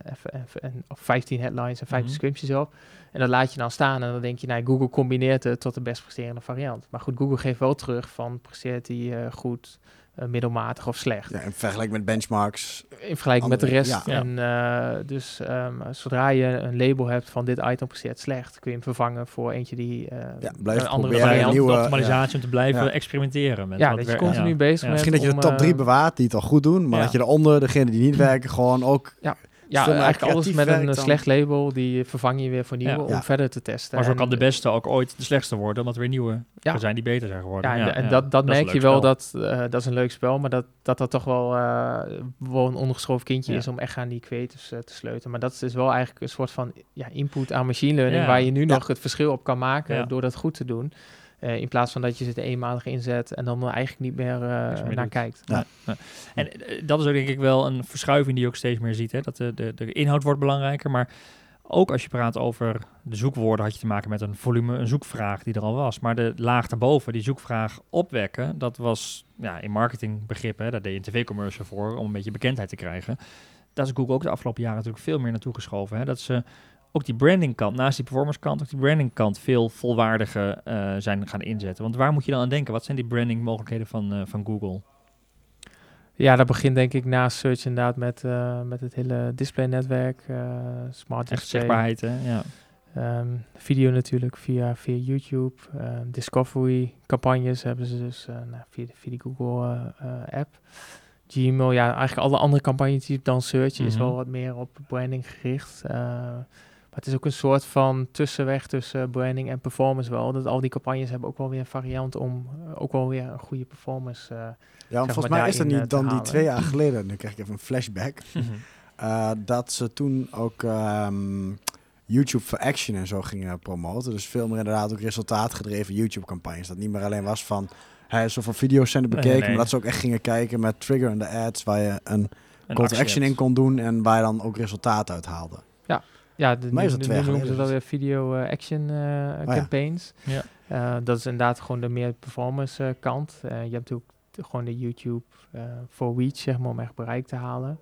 15 headlines en 5 descriptions op. En dat laat je dan staan en dan denk je, Google combineert het tot de best presterende variant. Maar goed, Google geeft wel terug van presteert die goed, middelmatig of slecht. Ja, in vergelijking met benchmarks. In vergelijking met de rest. Ja. En zodra je een label hebt van dit item presteert slecht, kun je hem vervangen voor eentje die blijft een andere variant. Nieuwe Optimalisatie om te blijven experimenteren. Met dat je continu bezig bent. Misschien dat je de top 3 bewaart die het al goed doen, maar dat je eronder, degene die niet werken, gewoon ook... Ja, eigenlijk alles met een slecht label, die vervang je weer voor nieuwe om verder te testen. Maar zo kan de beste ook ooit de slechtste worden, omdat er weer nieuwe zijn die beter zijn geworden. Dat merk je wel, dat is een leuk spel, maar dat toch wel een ondergeschoven kindje is om echt aan die creatives te sleutelen. Maar dat is dus wel eigenlijk een soort van input aan machine learning, waar je nu nog het verschil op kan maken door dat goed te doen. In plaats van dat je ze eenmalig inzet en dan eigenlijk niet meer naar kijkt. Ja. En dat is ook denk ik wel een verschuiving die je ook steeds meer ziet. Hè? Dat de inhoud wordt belangrijker, maar ook als je praat over de zoekwoorden had je te maken met een volume, een zoekvraag die er al was. Maar de laag daarboven, die zoekvraag opwekken, dat was in marketingbegrippen, daar deed je een tv-commercial voor om een beetje bekendheid te krijgen. Daar is Google ook de afgelopen jaren natuurlijk veel meer naartoe geschoven. Hè? Dat ze ook die brandingkant, naast die performancekant, ook die brandingkant veel volwaardiger zijn gaan inzetten. Want waar moet je dan aan denken? Wat zijn die brandingmogelijkheden van Google? Ja, dat begint denk ik naast search inderdaad met het hele displaynetwerk, smart display. Echt zichtbaarheid, hè? Ja. Video natuurlijk via YouTube. Discovery campagnes hebben ze dus via de Google app. Gmail, eigenlijk alle andere campagnetypes dan search is wel wat meer op branding gericht. Maar het is ook een soort van tussenweg tussen branding en performance wel. Dat al die campagnes hebben ook wel weer een variant om ook wel weer een goede performance volgens mij is dat niet dan die 2 jaar geleden. Nu krijg ik even een flashback. Dat ze toen ook YouTube for Action en zo gingen promoten. Dus veel meer inderdaad ook resultaatgedreven YouTube-campagnes. Dat niet meer alleen was van zoveel video's zijn er bekeken, maar dat ze ook echt gingen kijken met trigger en de ads, waar je een call to action in kon doen en waar je dan ook resultaat uit haalde. Nu noemen ze dat weer video action campaigns. Ja. Dat is inderdaad gewoon de meer performance kant. Je hebt natuurlijk gewoon de YouTube for reach, zeg maar, om echt bereik te halen.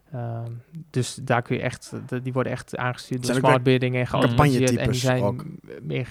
Dus daar kun je echt, die worden echt aangestuurd door smart bidding en geautomatiseerd. En die zijn ook meer...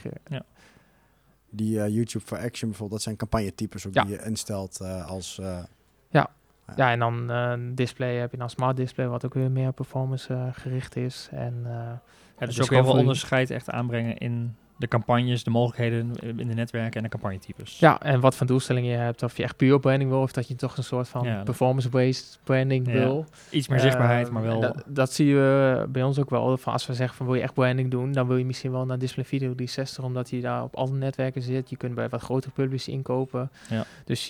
Die YouTube for Action bijvoorbeeld, dat zijn campagnetypes ook die je instelt als... Ja, en dan display heb je dan smart display, wat ook weer meer performance gericht is. En dus ook heel veel onderscheid echt aanbrengen in de campagnes, de mogelijkheden in de netwerken en de campagnetypes. Ja, en wat voor doelstellingen je hebt, of je echt puur branding wil, of dat je toch een soort van performance-based branding wil. Iets meer zichtbaarheid, maar wel... Dat zie je bij ons ook wel. Van als we zeggen van wil je echt branding doen, dan wil je misschien wel naar Display Video 360, omdat hij daar op alle netwerken zit. Je kunt bij wat grotere publishers inkopen. Ja. Dus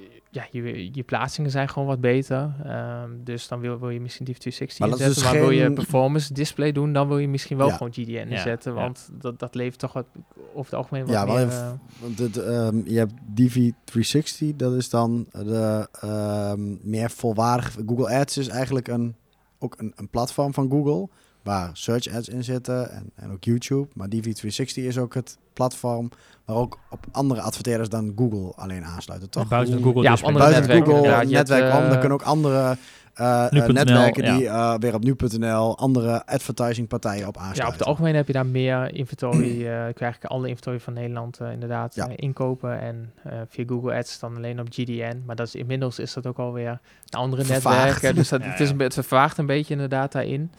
je plaatsingen zijn gewoon wat beter. Dus dan wil je misschien Div 260 inzetten. Dus maar wil je performance display doen, dan wil je misschien wel gewoon GDN inzetten. Want dat levert toch wat over het algemeen wat meer... Want je hebt DV360, dat is dan de meer volwaardig... Google Ads is eigenlijk ook een platform van Google, waar search ads in zitten en ook YouTube. Maar DV360 is ook het platform waar ook op andere adverteerders dan Google alleen aansluiten, toch? Buiten Google, op andere netwerken. Google netwerk om, dan kunnen ook andere netwerken die weer op nu.nl andere advertising partijen op aansluiten. Ja, op het algemeen heb je daar meer inventory. Krijg ik alle inventory van Nederland inderdaad inkopen. En via Google Ads dan alleen op GDN. Maar dat is, inmiddels is dat ook alweer een andere netwerk. Dus het vervaagt een beetje inderdaad daarin.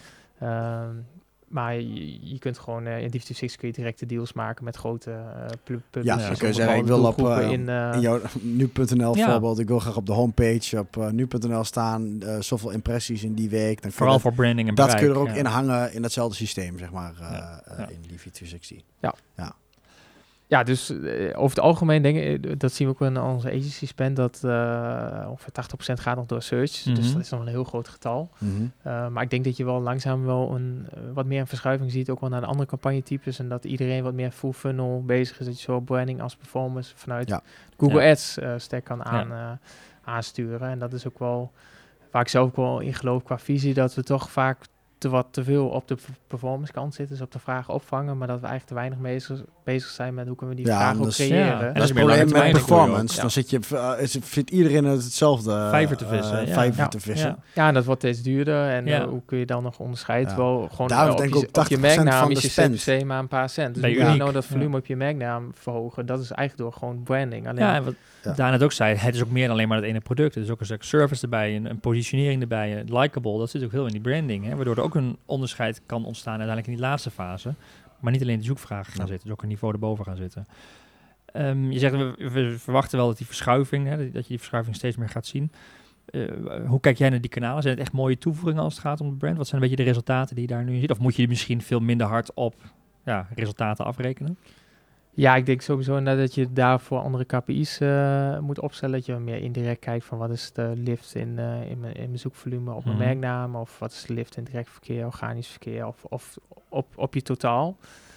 Maar je kunt gewoon in Div 260 kun je directe deals maken met grote publishers. Ja, dan kun je zeggen, ik wil op in jouw nu.nl voorbeeld, ik wil graag op de homepage op nu.nl staan, zoveel impressies in die week. Dan vooral voor branding en bereik. Dat kun je er ook in hangen in datzelfde systeem, zeg maar, in Div 260. Ja. Ja, dus over het algemeen denk ik, dat zien we ook wel in onze agency spend, dat ongeveer 80% gaat nog door search. Dus dat is nog een heel groot getal. Maar ik denk dat je wel langzaam wel wat meer een verschuiving ziet, ook wel naar de andere campagnetypes. En dat iedereen wat meer full funnel bezig is. Dat je zowel branding als performance vanuit Google Ads stack kan aansturen. En dat is ook wel waar ik zelf ook wel in geloof qua visie, dat we toch vaak te veel op de performance kant zitten, dus op de vragen opvangen, maar dat we eigenlijk te weinig bezig zijn met hoe kunnen we die vragen ook creëren. Ja. En dat is het probleem met performance. Dan vindt iedereen hetzelfde vijver te vissen. Ja, en dat wordt steeds duurder. En hoe kun je dan nog onderscheiden? Wel gewoon daarom denk ik ook 80% je merknaam van is de je CPC maar een paar cent. Dus hoe kun je nou dat volume op je merknaam verhogen? Dat is eigenlijk door gewoon branding. Alleen en wat Daan het ook zei, het is ook meer dan alleen maar het ene product. Er is ook een stuk service erbij, een positionering erbij, likable. Dat zit ook heel in die branding, hè, waardoor er ook een onderscheid kan ontstaan uiteindelijk in die laatste fase. Maar niet alleen de zoekvragen gaan zitten, dus ook een niveau erboven gaan zitten. Je zegt, we verwachten wel dat die verschuiving, hè, dat je die verschuiving steeds meer gaat zien. Hoe kijk jij naar die kanalen? Zijn het echt mooie toevoegingen als het gaat om de brand? Wat zijn een beetje de resultaten die je daar nu in ziet? Of moet je misschien veel minder hard op resultaten afrekenen? Ja, ik denk sowieso dat je daarvoor andere KPI's moet opstellen. Dat je meer indirect kijkt van wat is de lift in mijn zoekvolume op mijn merknaam. Of wat is de lift in direct verkeer, organisch verkeer of op je totaal.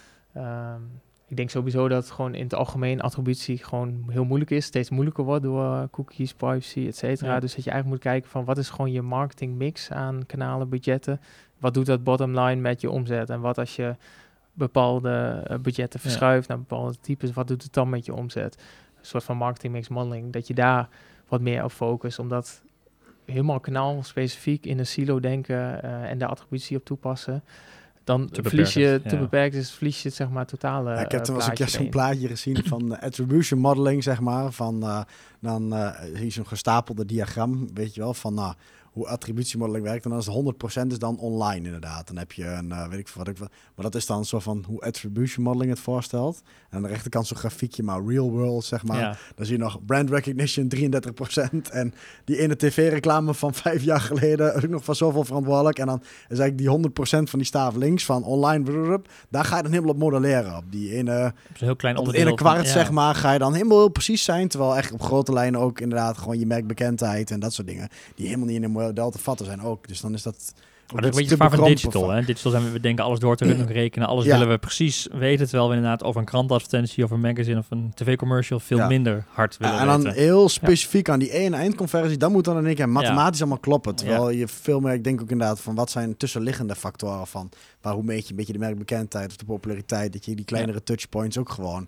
Ik denk sowieso dat het gewoon in het algemeen attributie gewoon heel moeilijk is. Steeds moeilijker wordt door cookies, privacy, et cetera. Dus dat je eigenlijk moet kijken van wat is gewoon je marketing mix aan kanalen, budgetten. Wat doet dat bottom line met je omzet? En wat als je bepaalde budgetten verschuift naar bepaalde types, wat doet het dan met je omzet? Een soort van marketing mix modeling, dat je daar wat meer op focust, omdat helemaal kanaal specifiek in een silo denken en de attributie op toepassen, dan verlies je te beperkt, dus verlies je het zeg maar totale ik heb toen eens een keer zo'n plaatje gezien van attribution modeling, zeg maar, van dan zie je zo'n gestapelde diagram, weet je wel, van hoe attributiemodeling werkt. En dan is het 100% is dan online inderdaad. Dan heb je een, weet ik veel wat. Maar dat is dan zo van hoe attribution modeling het voorstelt. En aan de rechterkant zo'n grafiekje, maar real world, zeg maar. Ja. Dan zie je nog brand recognition 33%. En die ene tv-reclame van 5 jaar geleden is ook nog van zoveel verantwoordelijk. En dan is eigenlijk die 100% van die staaf links van online. Daar ga je dan helemaal op modelleren. Op die ene, heel klein op het ene kwart, zeg maar, ga je dan helemaal heel precies zijn. Terwijl echt op grote lijnen ook inderdaad gewoon je merkbekendheid en dat soort dingen. Die helemaal niet in een model te vatten zijn ook. Dus dan is dat... Maar dat is een beetje het gevaar van digital. Hè? Digital zijn we denken alles door te rekenen. Alles willen we precies weten. Terwijl we inderdaad over een krantadvertentie of een magazine of een tv-commercial veel minder hard willen weten. En dan heel specifiek aan die ene eindconversie. Dat moet dan in één keer mathematisch allemaal kloppen. Terwijl je veel meer, ik denk ook inderdaad van wat zijn tussenliggende factoren van hoe meet je een beetje de merkbekendheid of de populariteit. Dat je die kleinere touchpoints ook gewoon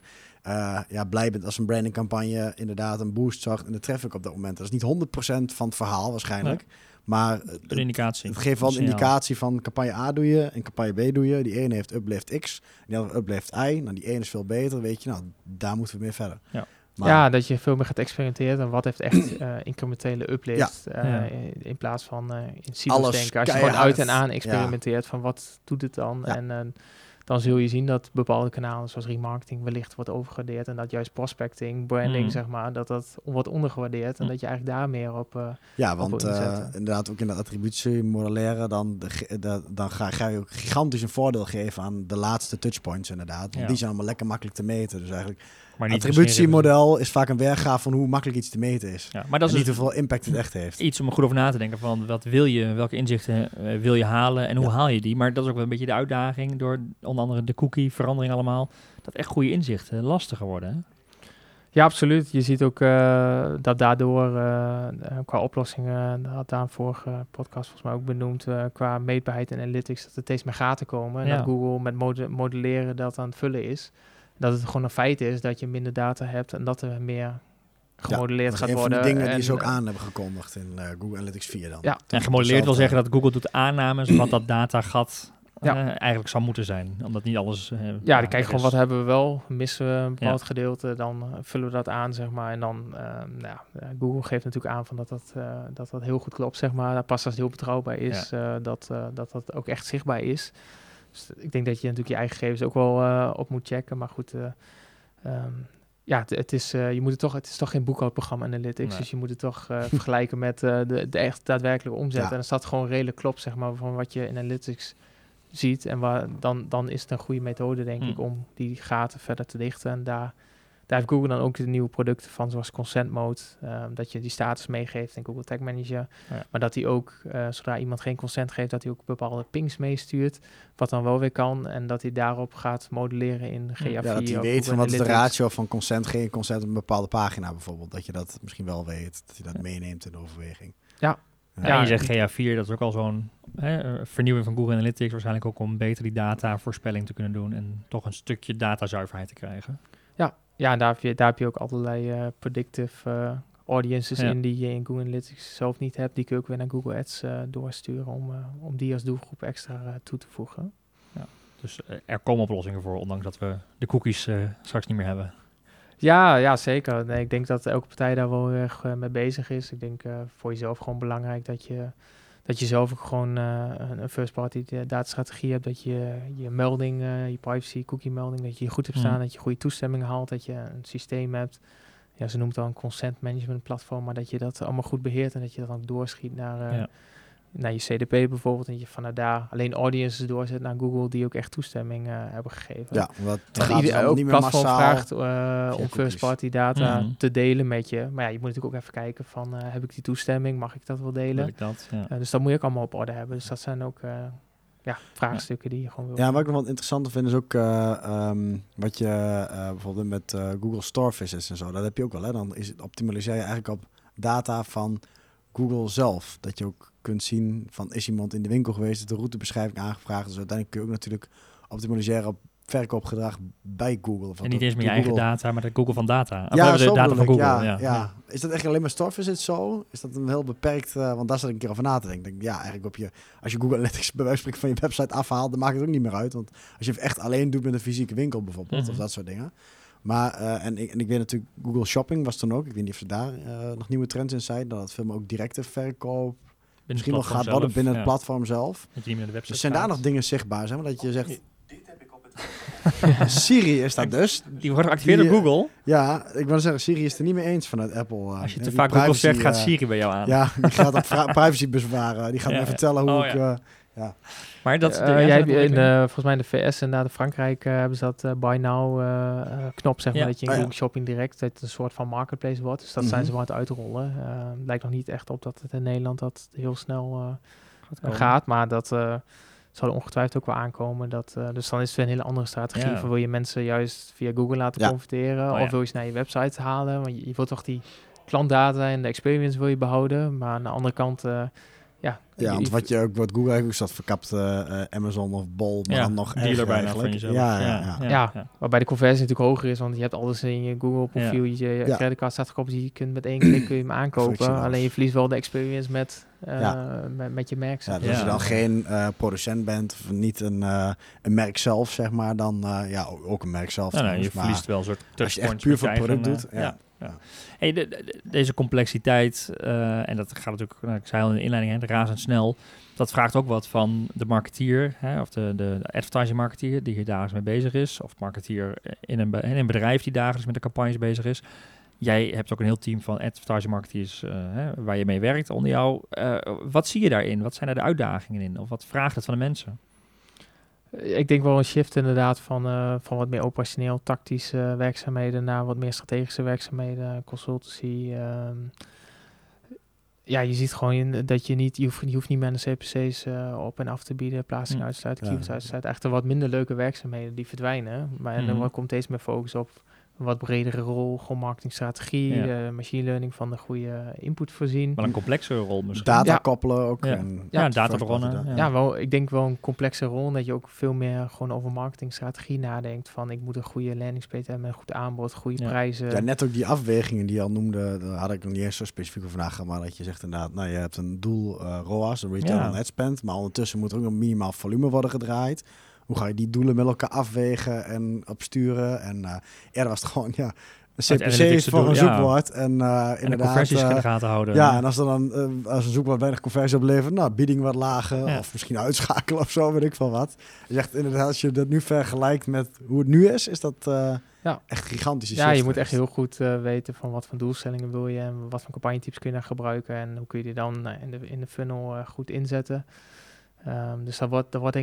blij bent als een brandingcampagne inderdaad een boost zag in de traffic op dat moment. Dat is niet 100% van het verhaal waarschijnlijk. Nee. Maar een indicatie. Het geeft wel een indicatie van campagne A doe je en campagne B doe je. Die ene heeft uplift X, die andere uplift Y. Nou, die ene is veel beter, weet je. Nou, daar moeten we meer verder. Ja. Maar, dat je veel meer gaat experimenteren. En wat heeft echt incrementele uplift in plaats van in silos denken. Als je gewoon uit en aan experimenteert van wat doet het dan? Ja. En dan zul je zien dat bepaalde kanalen zoals remarketing wellicht wordt overgewaardeerd. En dat juist prospecting, branding, zeg maar, dat wordt ondergewaardeerd. En dat je eigenlijk daar meer op want inderdaad ook in dat attributie modelleren, dan ga je ook gigantisch een voordeel geven aan de laatste touchpoints inderdaad. Want die zijn allemaal lekker makkelijk te meten. Dus eigenlijk maar attributiemodel is vaak een weergave van hoe makkelijk iets te meten is. Ja, maar dat is niet hoeveel impact het echt heeft. Iets om er goed over na te denken van wat wil je, welke inzichten wil je halen en hoe haal je die. Maar dat is ook wel een beetje de uitdaging door onder andere de cookie verandering allemaal. Dat echt goede inzichten lastiger worden. Hè? Ja, absoluut. Je ziet ook dat daardoor qua oplossingen, dat had Daan vorige podcast volgens mij ook benoemd, qua meetbaarheid en analytics, dat er steeds meer gaten komen. En dat Google met modelleren dat aan het vullen is. Dat het gewoon een feit is dat je minder data hebt en dat er meer gemodelleerd gaat worden. Een van de dingen die ze ook aan hebben gekondigd in Google Analytics 4 dan. Ja. En gemodelleerd wil zeggen dat Google doet aannames wat dat datagat eigenlijk zou moeten zijn. Omdat niet alles... dan kijk gewoon wat hebben we wel. Missen we een bepaald gedeelte, dan vullen we dat aan, zeg maar. En dan, Google geeft natuurlijk aan van dat heel goed klopt, zeg maar. Pas als het heel betrouwbaar is, dat ook echt zichtbaar is. Dus ik denk dat je natuurlijk je eigen gegevens ook wel op moet checken. Maar goed, het is toch geen boekhoudprogramma Analytics. Nee. Dus je moet het toch vergelijken met de echt daadwerkelijke omzet. En als dat gewoon redelijk klopt, zeg maar, van wat je in Analytics ziet. En dan is het een goede methode, denk ik, om die gaten verder te dichten. En daar heeft Google dan ook de nieuwe producten van, zoals Consent Mode. Dat je die status meegeeft in Google Tag Manager. Ja. Maar dat hij ook, zodra iemand geen consent geeft, dat hij ook bepaalde pings meestuurt. Wat dan wel weer kan. En dat hij daarop gaat modelleren in GA4. Ja, dat hij weet van wat is de ratio van consent, geen consent op een bepaalde pagina bijvoorbeeld. Dat je dat misschien wel weet. Dat je dat meeneemt in de overweging. Ja. Ja, en je zegt GA4, dat is ook al zo'n vernieuwing van Google Analytics. Waarschijnlijk ook om beter die datavoorspelling te kunnen doen. En toch een stukje datazuiverheid te krijgen. Ja, en daar heb je ook allerlei predictive audiences in die je in Google Analytics zelf niet hebt. Die kun je ook weer naar Google Ads doorsturen om die als doelgroep extra toe te voegen. Ja, dus er komen oplossingen voor, ondanks dat we de cookies straks niet meer hebben. Ja, zeker. Nee, ik denk dat elke partij daar wel erg mee bezig is. Ik denk voor jezelf gewoon belangrijk dat je zelf ook gewoon een first-party datastrategie hebt. Dat je je melding, je privacy cookie melding, dat je goed hebt staan. Dat je goede toestemming haalt. Dat je een systeem hebt. Ja, ze noemt het dan een consent management platform. Maar dat je dat allemaal goed beheert en dat je dat dan doorschiet naar je CDP bijvoorbeeld. En je vanuit daar alleen audiences doorzet naar Google die ook echt toestemming hebben gegeven. Ja, wat ook niet meer platform massaal vraagt om first-party data te delen met je. Maar ja, je moet natuurlijk ook even kijken van, heb ik die toestemming? Mag ik dat wel delen? Wil ik dat? Ja. Dus dat moet je ook allemaal op orde hebben. Dus dat zijn ook vraagstukken die je gewoon wil. Ja, wat ik nog wat interessanter vind is ook wat je bijvoorbeeld met Google Store Visits en zo. Dat heb je ook wel. Hè? Dan optimaliseer je eigenlijk op data van Google zelf. Dat je ook kunt zien van, is iemand in de winkel geweest, de routebeschrijving aangevraagd. Dus uiteindelijk kun je ook natuurlijk optimaliseren op verkoopgedrag bij Google. Of en niet eens meer je eigen data, maar de Google van data. Ja, de data van Google. Ja. Is dat echt alleen maar Store Visits zo? Is dat een heel beperkt... want daar zat ik een keer over na te denken. Denk, ja, eigenlijk als je Google Analytics bij wijze van spreken van je website afhaalt, dan maakt het ook niet meer uit. Want als je het echt alleen doet met een fysieke winkel bijvoorbeeld, of dat soort dingen. Maar, en ik weet natuurlijk, Google Shopping was toen ook. Ik weet niet of ze daar nog nieuwe trends in zijn. Dat het veel meer ook directe verkoop misschien wel gaat worden binnen het platform zelf. Dat je niet meer de website dus zijn daar nog dingen zichtbaar, zeg maar, dat je zegt... Dit heb ik op het... Siri is dat dus. Die wordt geactiveerd door Google. Ja, ik wil zeggen, Siri is er niet mee eens vanuit Apple. Als je te vaak Google zegt, gaat Siri bij jou aan. Ja, die gaat op privacy bezwaren. Die gaat me vertellen hoe ik... Maar dat volgens mij in de VS en naar Frankrijk hebben ze dat Buy Now knop, zeg maar, dat je in Google Shopping direct dat het een soort van marketplace wordt. Dus dat zijn ze wel aan het uitrollen. Lijkt nog niet echt op dat het in Nederland dat heel snel gaat, maar dat zal er ongetwijfeld ook wel aankomen. Dus dan is het weer een hele andere strategie. Van, wil je mensen juist via Google laten converteren of wil je ze naar je website halen? Want je wilt toch die klantdata en de experience wil je behouden, maar aan de andere kant... want wat Google eigenlijk is dat verkapt Amazon of Bol, maar dan nog dealer bijna van jezelf. Waarbij de conversie natuurlijk hoger is, want je hebt alles in je Google profiel, je creditcard staat gekoppeld, je kunt met één klik kun je hem aankopen. Alleen je verliest wel de experience met je merk. Dus als je dan geen producent bent of niet een merk zelf, zeg maar, dan ook een merk zelf. Je verliest wel een soort als je echt puur voor het product doet. Ja. Hey, deze complexiteit, en dat gaat natuurlijk, ik zei al in de inleiding, razendsnel. Dat vraagt ook wat van de marketeer, of de advertising marketeer die hier dagelijks mee bezig is. Of marketeer in een bedrijf die dagelijks met de campagnes bezig is. Jij hebt ook een heel team van advertising marketeers waar je mee werkt onder jou. Wat zie je daarin? Wat zijn daar de uitdagingen in? Of wat vraagt het van de mensen? Ik denk wel een shift inderdaad van wat meer operationeel, tactische werkzaamheden naar wat meer strategische werkzaamheden, consultancy. Je ziet gewoon dat je hoeft niet meer aan de CPC's op en af te bieden, plaatsing uitsluiten, keywords uitsluiten. Echt wat minder leuke werkzaamheden die verdwijnen. Maar en dan komt steeds meer focus op een wat bredere rol, gewoon marketingstrategie, machine learning van de goede input voorzien. Maar een complexere rol misschien. Data koppelen ook. Databronnen. Ik denk wel een complexe rol, dat je ook veel meer gewoon over marketingstrategie nadenkt. Van ik moet een goede landingspage hebben, een goed aanbod, goede prijzen. Ja, net ook die afwegingen die je al noemde, daar had ik nog niet eens zo specifiek over nagedacht, maar dat je zegt inderdaad, je hebt een doel ROAS, een return on ad spend, maar ondertussen moet er ook een minimaal volume worden gedraaid. Hoe ga je die doelen met elkaar afwegen en opsturen? En eerder was het gewoon, een CPC voor een zoekwoord. En inderdaad... de conversies in de gaten houden. Ja, en als er dan als een zoekwoord weinig conversie oplevert, bieding wat lager of misschien uitschakelen of zo, weet ik veel wat. Je zegt inderdaad, als je dat nu vergelijkt met hoe het nu is dat echt gigantische shift. Ja, je moet echt heel goed weten van wat voor doelstellingen wil je en wat voor campagnetypes kun je daar gebruiken en hoe kun je die dan in de funnel goed inzetten. Dus dat wordt denk ik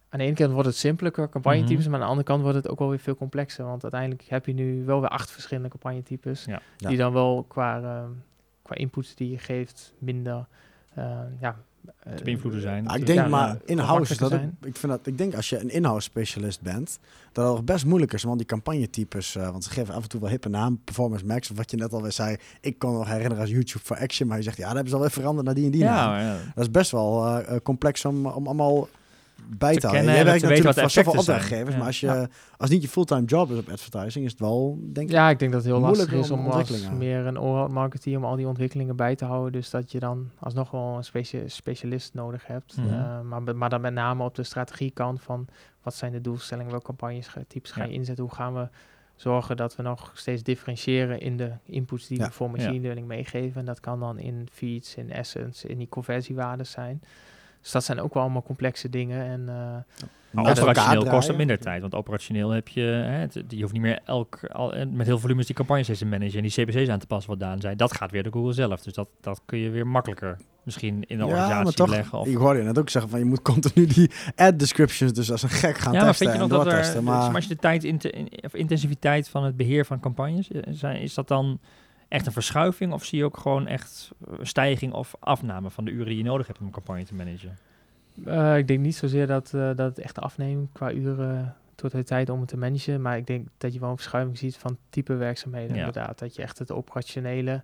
aan de ene kant wordt het simpeler qua campagnetypes, maar aan de andere kant wordt het ook wel weer veel complexer. Want uiteindelijk heb je nu wel weer 8 verschillende campagnetypes, die dan wel qua inputs die je geeft minder te beïnvloeden zijn. Ik denk in-house, ik denk als je een in-house specialist bent, dat het nog best moeilijk is, want die campagnetypes, want ze geven af en toe wel hippe naam, Performance Max, of wat je net alweer zei, ik kon me nog herinneren als YouTube for Action, maar je zegt, dat hebben ze alweer veranderd naar die en die naam. Ja. Dat is best wel complex om allemaal bij te houden. Jij werkt natuurlijk van zoveel opdrachtgevers, maar als niet je fulltime job is op advertising, is het wel, denk ik... Ja, ik denk dat het heel lastig is om als meer een all-round marketeer om al die ontwikkelingen bij te houden. Dus dat je dan alsnog wel een specialist nodig hebt. Maar dan met name op de strategiekant van wat zijn de doelstellingen, welke campagnetypes ga je inzetten, hoe gaan we zorgen dat we nog steeds differentiëren in de inputs die we voor machine learning meegeven. En dat kan dan in feeds, in essence, in die conversiewaarden zijn. Dus dat zijn ook wel allemaal complexe dingen. En, maar operationeel kost het minder tijd. Want operationeel heb je... je hoeft niet meer met heel volumes die campagnes te managen en die CPC's aan te passen wat Daan zei. Dat gaat weer door Google zelf. Dus dat kun je weer makkelijker misschien in de organisatie leggen. Ik hoorde je net ook zeggen van je moet continu die ad descriptions dus als een gek gaan testen en doortesten. Maar als je de tijd of intensiviteit van het beheer van campagnes, is dat dan echt een verschuiving of zie je ook gewoon echt stijging of afname van de uren die je nodig hebt om een campagne te managen? Ik denk niet zozeer dat het echt afneemt qua uren tot de tijd om het te managen, maar ik denk dat je wel een verschuiving ziet van type werkzaamheden inderdaad. Dat je echt het operationele,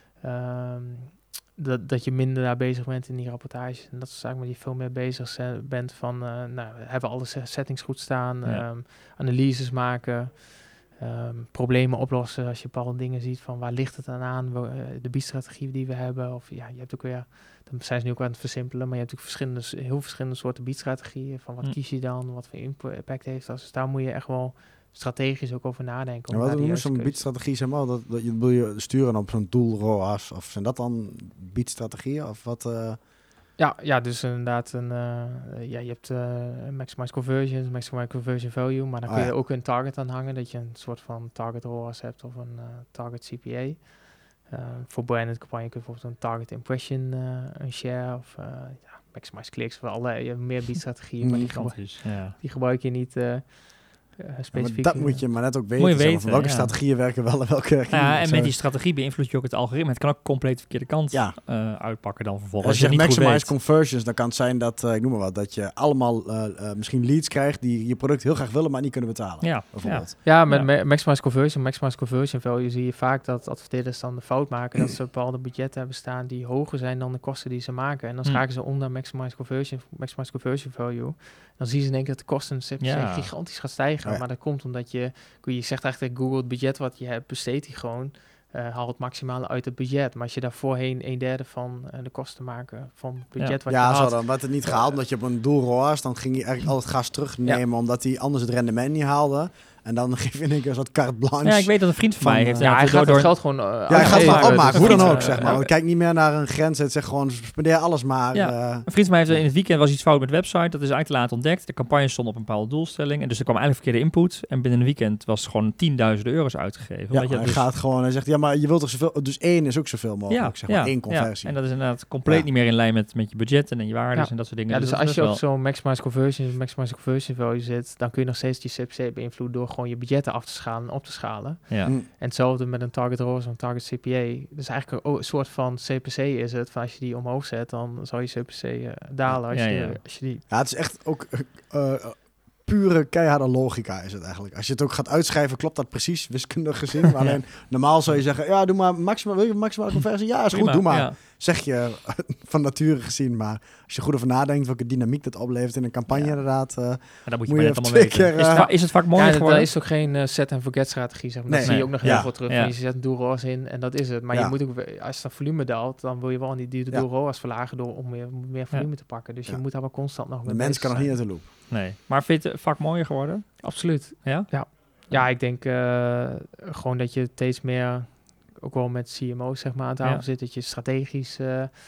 dat je minder daar bezig bent in die rapportage. En dat is zaken waar je veel meer bezig bent van, hebben we alle settings goed staan, analyses maken, problemen oplossen als je bepaalde dingen ziet van waar ligt het aan, de biedstrategie die we hebben. Of je hebt ook weer, dan zijn ze nu ook aan het versimpelen, maar je hebt ook heel verschillende soorten biedstrategieën. Van wat kies je dan, wat voor impact heeft dat. Dus daar moet je echt wel strategisch ook over nadenken. Wat noemen zo'n biedstrategie, zeg maar, dat wil je sturen op zo'n doel ROAS, of zijn dat dan biedstrategieën of wat? Ja, dus inderdaad je hebt maximize conversions, maximize conversion value, maar dan kun je ook een target aan hangen, dat je een soort van target ROAS hebt of een target CPA. Voor branded campagne kun je bijvoorbeeld een target impression, een share of maximize clicks, voor allerlei meer biedstrategieën, maar die gebruik je niet specifiek. Maar dat moet je maar net ook weten. Van welke strategieën werken wel en welke werken niet. En met die strategie beïnvloed je ook het algoritme. Het kan ook compleet de verkeerde kant uitpakken dan vervolgens. Als je zegt maximize conversions, dan kan het zijn dat, ik noem maar wat, dat je allemaal misschien leads krijgt die je product heel graag willen, maar niet kunnen betalen. Ja, bijvoorbeeld. Met maximize conversion value zie je vaak dat adverteerders dan de fout maken dat ze bepaalde budgetten hebben staan die hoger zijn dan de kosten die ze maken. En dan schakelen ze om naar maximize conversion value. Dan zien ze denk ik dat de kosten gigantisch gaan stijgen. Maar dat komt omdat je zegt eigenlijk Google het budget wat je hebt, besteedt die gewoon. Haal het maximale uit het budget. Maar als je daar voorheen 1/3 van de kosten maken van het budget wat je had. Dan werd het niet gehaald omdat je op een doel ROAS, dan ging je eigenlijk al het gas terugnemen omdat hij anders het rendement niet haalde. En dan geef je in één keer een soort carte blanche. Ja, ik weet dat een vriend van mij heeft... hij gaat het geld gewoon hij gaat het maar opmaken, hoe dan ook, zeg maar. Kijk niet meer naar een grens. Het zegt gewoon, spendeer alles maar. Een vriend van mij heeft in het weekend was iets fout met de website. Dat is eigenlijk te laat ontdekt. De campagne stond op een bepaalde doelstelling. En dus er kwam eigenlijk verkeerde input. En binnen een weekend was het gewoon tienduizenden euro's uitgegeven. Ja, hij gaat gewoon, hij zegt, maar je wilt toch zoveel... Dus 1 is ook zoveel mogelijk, zeg maar. 1 conversie. Ja. En dat is inderdaad compleet niet meer in lijn met je budget en je waardes en dat soort dingen. Ja, dus als je op zo'n maximize conversion value zit, dan kun je nog steeds die CPC beïnvloeden door gewoon je budgetten af te schalen en op te schalen. Ja. En hetzelfde met een target ROAS en een target CPA. Dus eigenlijk een soort van CPC is het. Van als je die omhoog zet, dan zal je CPC dalen. Als je die... Ja, het is echt ook pure keiharde logica is het eigenlijk. Als je het ook gaat uitschrijven, klopt dat precies wiskundig gezien. Maar alleen normaal zou je zeggen, doe maar wil je maximale conversie? Ja, is goed, doe maar. Ja. Zeg je van nature gezien, maar als je goed over nadenkt welke dynamiek dat oplevert in een campagne inderdaad, dat moet je maar allemaal weten. Is het vaak mooi geworden? Dat is ook geen set and forget strategie, zeg maar. Dat zie je ook nog heel veel terug. Je zet een doel ROAS in en dat is het. Maar je moet ook, als het volume daalt, dan wil je wel die doel ROAS verlagen door om meer volume te pakken. Dus je moet daar wel constant nog mee bezig zijn. De mens kan nog niet uit de loop. Nee. Maar vind je het vak mooier geworden? Absoluut. Ja? Ja, ik denk gewoon dat je steeds meer ook wel met CMO's zeg maar aan tafel zit, dat je strategisch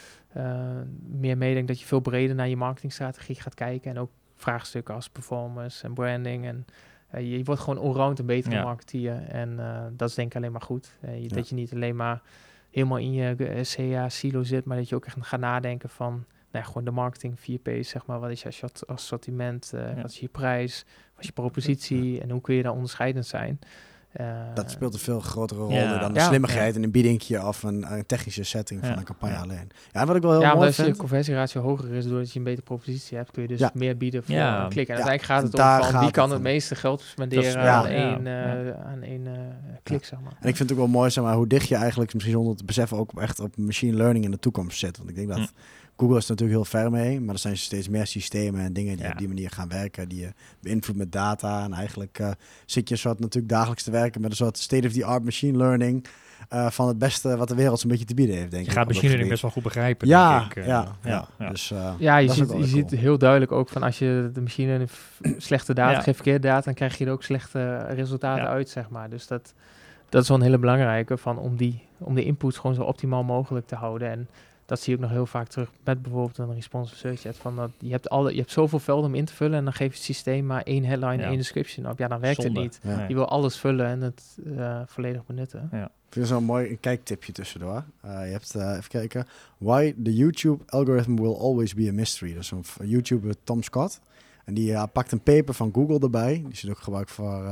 meer meedenkt, dat je veel breder naar je marketingstrategie gaat kijken en ook vraagstukken als performance en branding en je wordt gewoon allround een betere marketeer en dat is denk ik alleen maar goed. Dat je niet alleen maar helemaal in je CA-silo zit, maar dat je ook echt gaat nadenken van gewoon de marketing 4P's, zeg maar. Wat is je assortiment? Wat is je prijs? Wat is je propositie? En hoe kun je daar onderscheidend zijn? Dat speelt een veel grotere rol dan de slimmigheid en een biedingje of een technische setting van een campagne alleen. Ja, wat ik wel heel mooi vind. Als je conversieratio hoger is doordat je een betere propositie hebt, kun je dus meer bieden voor een klik. En uiteindelijk gaat het om van wie kan het meeste geld spenderen aan één klik, zeg maar. En ik vind het ook wel mooi, zeg maar, hoe dicht je eigenlijk misschien zonder te beseffen ook echt op machine learning in de toekomst zit. Want ik denk dat Google is natuurlijk heel ver mee, maar er zijn steeds meer systemen en dingen die op die manier gaan werken, die je beïnvloedt met data. En eigenlijk zit je soort natuurlijk dagelijks te werken met een soort state-of-the-art machine learning van het beste wat de wereld zo'n beetje te bieden heeft, denk ik. Je gaat machine learning best wel goed begrijpen, denk ik. Dus, je ziet heel duidelijk ook van als je de machine slechte data geeft, verkeerde data, dan krijg je er ook slechte resultaten uit, zeg maar. Dus dat is wel een hele belangrijke van om de inputs gewoon zo optimaal mogelijk te houden. En dat zie je ook nog heel vaak terug met bijvoorbeeld een responsive search ad. Van dat je hebt zoveel velden om in te vullen en dan geeft het systeem maar 1 headline, 1 description op. Ja, dan werkt het niet. Ja. Je wil alles vullen en het volledig benutten. Ja. Ik vind het zo'n mooi kijktipje tussendoor. Je hebt, even kijken, Why the YouTube algorithm will always be a mystery. Dat is zo'n YouTuber Tom Scott. En die pakt een paper van Google erbij. Die is ook gebruikt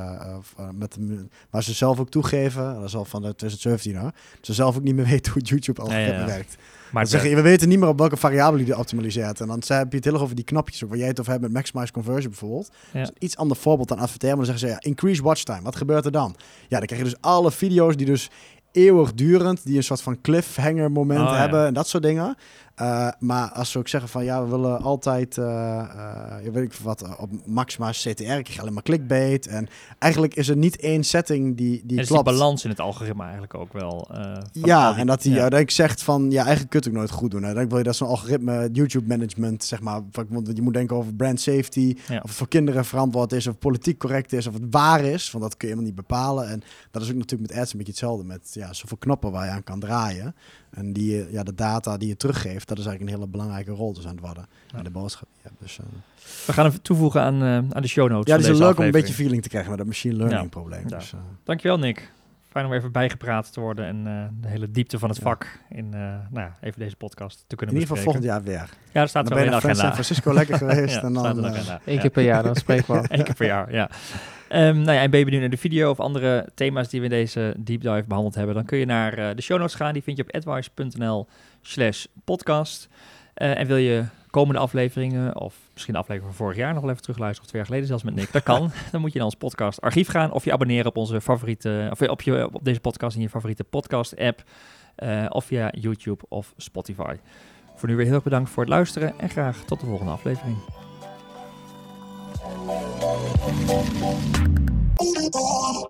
waar ze zelf ook toegeven. Dat is al van 2017 hoor. Ze zelf ook niet meer weten hoe YouTube algoritme werkt. Maar we weten niet meer op welke variabelen die optimaliseert. En dan heb je het heel erg over die knopjes. Ook waar jij het over hebt met maximize conversion bijvoorbeeld. Ja. Dus iets ander voorbeeld dan adverteren. Maar dan zeggen ze, increase watch time. Wat gebeurt er dan? Ja, dan krijg je dus alle video's die dus eeuwigdurend, die een soort van cliffhanger moment hebben en dat soort dingen. Maar als ze ook zeggen van we willen altijd weet ik wat, op maxima CTR, krijg je alleen maar clickbait. En eigenlijk is er niet één setting die klopt. Is die balans in het algoritme eigenlijk ook wel. En dat hij uiteindelijk zegt van eigenlijk kun je het ook nooit goed doen. Uiteindelijk wil je dat zo'n algoritme, YouTube management, zeg maar. Want je moet denken over brand safety, of het voor kinderen verantwoord is, of politiek correct is, of het waar is. Want dat kun je helemaal niet bepalen. En dat is ook natuurlijk met ads een beetje hetzelfde. Met zoveel knoppen waar je aan kan draaien. En de data die je teruggeeft, dat is eigenlijk een hele belangrijke rol dus aan het worden. En de boodschap. Dus, we gaan hem toevoegen aan de show notes. Ja, het is leuk om een beetje feeling te krijgen met dat machine learning probleem. Ja. Dus, dankjewel, Nick. Fijn om even bijgepraat te worden en de hele diepte van het vak in even deze podcast te kunnen bespreken. In ieder geval volgend jaar weer. Ja, er staat wel in de agenda. San Francisco lekker geweest. En dan 1 keer per jaar, dan spreken we. 1 keer per jaar, ja. En ben je benieuwd naar de video of andere thema's die we in deze deep dive behandeld hebben, dan kun je naar de show notes gaan. Die vind je op advice.nl/podcast. En wil je komende afleveringen, of misschien de aflevering van vorig jaar nog wel even terugluisteren, of 2 jaar geleden zelfs met Nick, dat kan. Dan moet je naar ons podcast archief gaan, of je abonneren op onze favoriete, of op deze podcast in je favoriete podcast app, of via YouTube of Spotify. Voor nu weer heel erg bedankt voor het luisteren en graag tot de volgende aflevering.